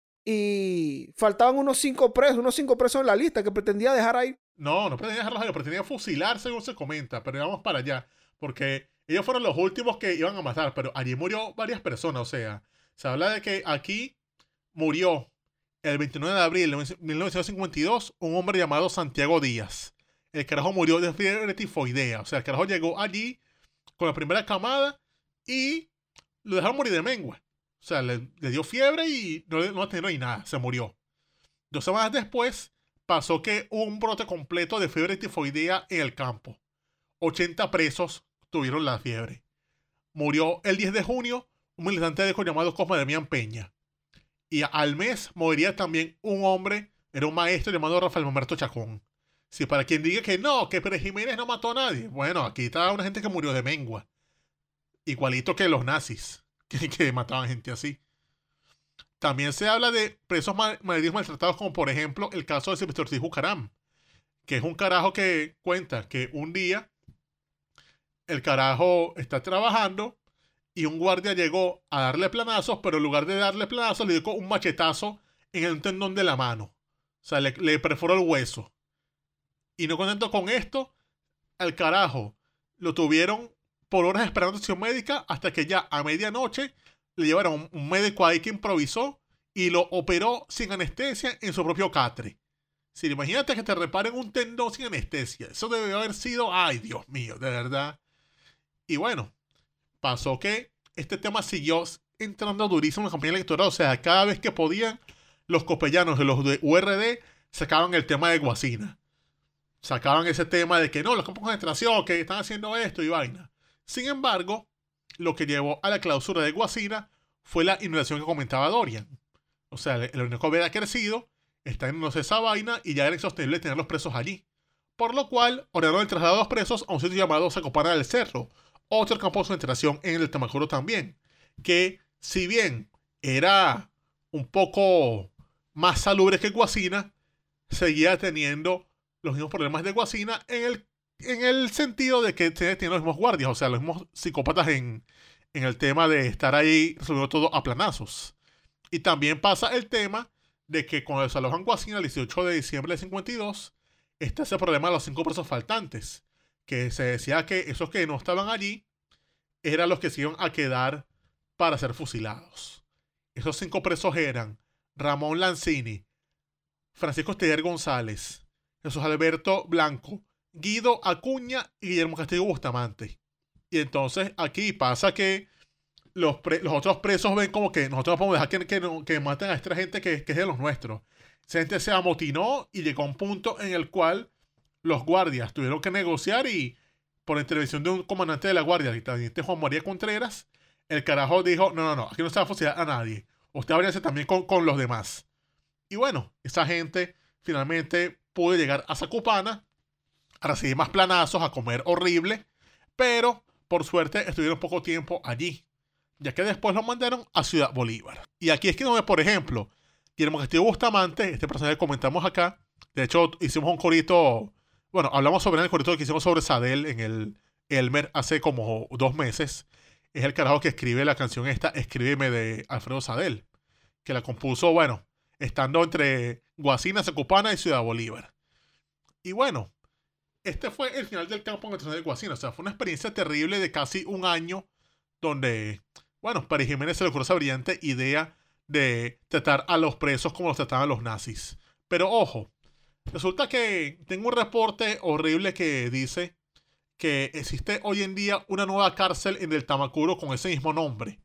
Y faltaban unos cinco presos, unos cinco presos en la lista que pretendía dejar ahí. No, no pretendía dejarlos ahí, pretendía fusilar, según se comenta, pero íbamos para allá. Porque ellos fueron los últimos que iban a matar, pero allí murió varias personas. O sea, se habla de que aquí murió el veintinueve de abril de mil novecientos cincuenta y dos un hombre llamado Santiago Díaz. El carajo murió de fiebre tifoidea. O sea, el carajo llegó allí con la primera camada y lo dejaron morir de mengua. O sea, le, le dio fiebre y no, no atendió ni nada. Se murió. Dos semanas después pasó que hubo un brote completo de fiebre tifoidea en el campo. ochenta presos tuvieron la fiebre. Murió el diez de junio un militante de llamado Cosme Damián Peña. Y al mes moriría también un hombre, era un maestro llamado Rafael Humberto Chacón. Si para quien diga que no, que Pérez Jiménez no mató a nadie. Bueno, aquí está una gente que murió de mengua. Igualito que los nazis, que, que mataban gente así. También se habla de presos malheridos maltratados, como por ejemplo el caso de Silvestre Ortiz Bucaram, que es un carajo que cuenta que un día el carajo está trabajando y un guardia llegó a darle planazos, pero en lugar de darle planazos le dio un machetazo en el tendón de la mano. O sea, le, le perforó el hueso. Y no contento con esto, al carajo lo tuvieron por horas esperando atención médica hasta que ya a medianoche le llevaron un, un médico ahí que improvisó y lo operó sin anestesia en su propio catre. Si imagínate que te reparen un tendón sin anestesia. Eso debe haber sido, ay Dios mío, de verdad. Y bueno, pasó que este tema siguió entrando durísimo en la campaña electoral. O sea, cada vez que podían, los copellanos de los de U R D sacaban el tema de Guasina. Sacaban ese tema de que no, los campos de concentración, que están haciendo esto y vaina. Sin embargo, lo que llevó a la clausura de Guasina fue la inundación que comentaba Dorian. O sea, el Orinoco había crecido, está en esa vaina y ya era insostenible tener los presos allí. Por lo cual, ordenaron el traslado de los presos a un sitio llamado Zacopana del Cerro, otro campo de concentración en el Tamacuro también, que si bien era un poco más salubre que Guasina, seguía teniendo los mismos problemas de Guasina en el, en el sentido de que tenía los mismos guardias, o sea, los mismos psicópatas en, en el tema de estar ahí resolviendo todo a planazos. Y también pasa el tema de que cuando desalojan Guasina el dieciocho de diciembre del cincuenta y dos, está ese problema de los cinco presos faltantes, que se decía que esos que no estaban allí eran los que se iban a quedar para ser fusilados. Esos cinco presos eran Ramón Lancini, Francisco Esteller González, Jesús Alberto Blanco, Guido Acuña y Guillermo Castillo Bustamante. Y entonces aquí pasa que los, pre los otros presos ven como que nosotros no podemos dejar que, que, que maten a esta gente que, que es de los nuestros. Esa gente se amotinó y llegó a un punto en el cual los guardias tuvieron que negociar y por intervención de un comandante de la guardia, el teniente Juan María Contreras, el carajo dijo, no, no, no, aquí no se va a fusilar a nadie. Usted váyase también con, con los demás. Y bueno, esa gente finalmente pudo llegar a Zacupana a recibir más planazos, a comer horrible, pero por suerte estuvieron poco tiempo allí, ya que después los mandaron a Ciudad Bolívar. Y aquí es que donde, por ejemplo, Guillermo Castillo Bustamante, este personaje que comentamos acá, de hecho hicimos un corito, bueno, hablamos sobre el corito que hicimos sobre Sadel en el Elmer hace como dos meses. Es el carajo que escribe la canción esta, Escríbeme, de Alfredo Sadel, que la compuso, bueno, estando entre Guasina, Zacupana y Ciudad Bolívar. Y bueno, este fue el final del campo nacional de Guasina. O sea, fue una experiencia terrible de casi un año donde, bueno, Pérez Jiménez se le ocurrió esa brillante idea de tratar a los presos como los trataban los nazis. Pero ojo, resulta que tengo un reporte horrible que dice que existe hoy en día una nueva cárcel en el Tamacuro con ese mismo nombre.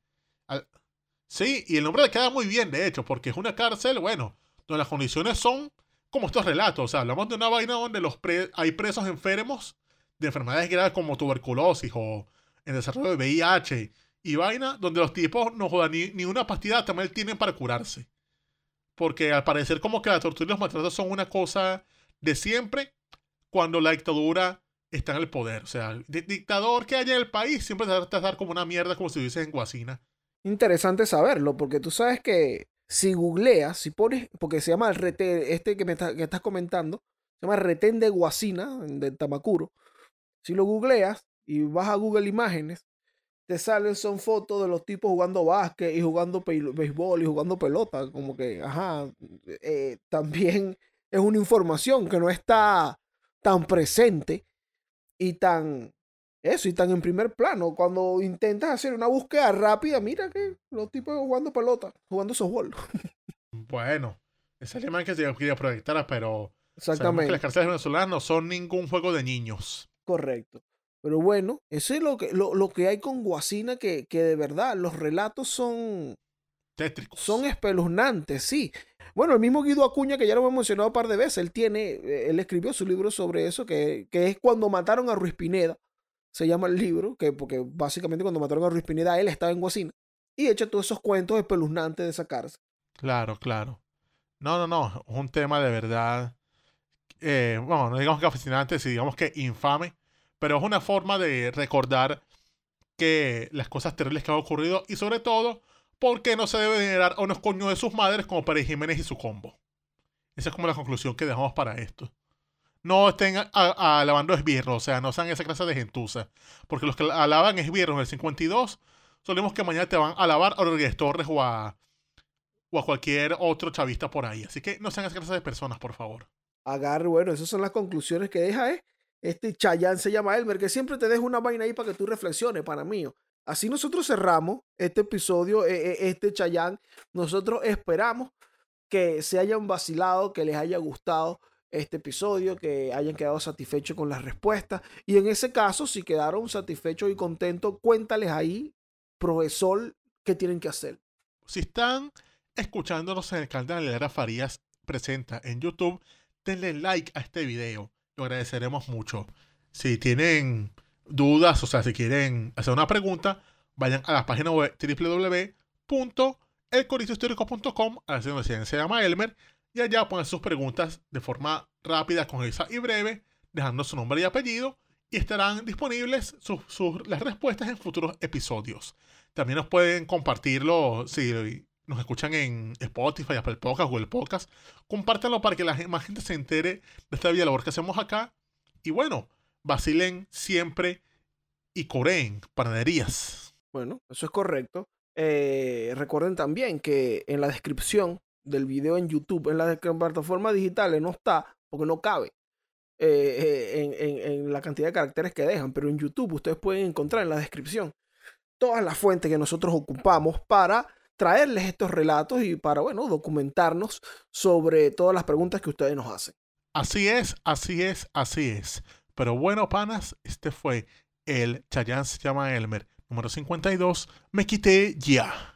Sí, y el nombre le queda muy bien, de hecho, porque es una cárcel, bueno, donde las condiciones son como estos relatos. O sea, hablamos de una vaina donde los pre hay presos enfermos de enfermedades graves como tuberculosis o en desarrollo de V I H y vaina donde los tipos no jodan ni, ni una pastilla también tienen para curarse. Porque al parecer como que la tortura y los maltratos son una cosa de siempre cuando la dictadura está en el poder. O sea, el dictador que haya en el país siempre te va a tratar como una mierda, como si dice en Guasina. Interesante saberlo, porque tú sabes que si googleas, si pones, porque se llama el retén, este que me está, que estás comentando, se llama retén de Guasina, de Tamacuro. Si lo googleas y vas a Google Imágenes, te salen son fotos de los tipos jugando básquet y jugando béisbol y jugando pelota. Como que, ajá, eh, también es una información que no está tan presente y tan, eso, y tan en primer plano. Cuando intentas hacer una búsqueda rápida, mira que los tipos jugando pelota, jugando softball. Bueno, esa es la imagen que se quería proyectar, pero Exactamente. sabemos que las cárceles venezolanas no son ningún juego de niños. Correcto. Pero bueno, eso es lo que, lo, lo que hay con Guasina, que, que de verdad los relatos son tétricos. Son espeluznantes, sí. Bueno, el mismo Guido Acuña, que ya lo hemos mencionado un par de veces, él tiene, él escribió su libro sobre eso, que, que es Cuando mataron a Ruiz Pineda, se llama el libro, que porque básicamente cuando mataron a Ruiz Pineda él estaba en Guasina y echa todos esos cuentos espeluznantes de esa cárcel. Claro, claro. No, no, no, es un tema de verdad, eh, bueno, no digamos que fascinante, sino digamos que infame, pero es una forma de recordar que las cosas terribles que han ocurrido y sobre todo porque no se debe venerar a unos coños de sus madres como Pérez Jiménez y su combo. Esa es como la conclusión que dejamos para esto. No estén a, a, alabando esbirros, o sea, no sean esa clase de gentuza. Porque los que alaban esbirros en el cincuenta y dos, solemos que mañana te van a alabar a Rodríguez Torres o a, o a cualquier otro chavista por ahí. Así que no sean esa clase de personas, por favor. Agarre, bueno, esas son las conclusiones que deja, ¿eh? Este Chayanne se llama Elmer, que siempre te deja una vaina ahí para que tú reflexiones, pana mío. Así nosotros cerramos este episodio, este Chayanne. Nosotros esperamos que se hayan vacilado, que les haya gustado este episodio, que hayan quedado satisfechos con las respuestas. Y en ese caso, si quedaron satisfechos y contentos, cuéntales ahí, profesor, qué tienen que hacer. Si están escuchándonos en el canal de Lara Farías Presenta en YouTube, denle like a este video. Lo agradeceremos mucho. Si tienen dudas, o sea, si quieren hacer una pregunta, vayan a la página web doble u doble u doble u punto el corito histórico punto com, a la sección donde se llama Elmer, y allá ponen sus preguntas de forma rápida, concisa y breve, dejando su nombre y apellido, y estarán disponibles sus, sus, las respuestas en futuros episodios. También nos pueden compartirlo si nos escuchan en Spotify, Apple Podcast, Google Podcast. Compártanlo para que la más gente se entere de esta vida labor que hacemos acá. Y bueno, vacilen siempre y coreen panaderías. Bueno, eso es correcto. Eh, recuerden también que en la descripción del video en YouTube, en las plataformas digitales no está, porque no cabe eh, eh, en, en, en la cantidad de caracteres que dejan, pero en YouTube ustedes pueden encontrar en la descripción todas las fuentes que nosotros ocupamos para traerles estos relatos y para, bueno, documentarnos sobre todas las preguntas que ustedes nos hacen. Así es, así es, así es. Pero bueno, panas, este fue el Chayanne se llama Elmer número cincuenta y dos. Me quité ya.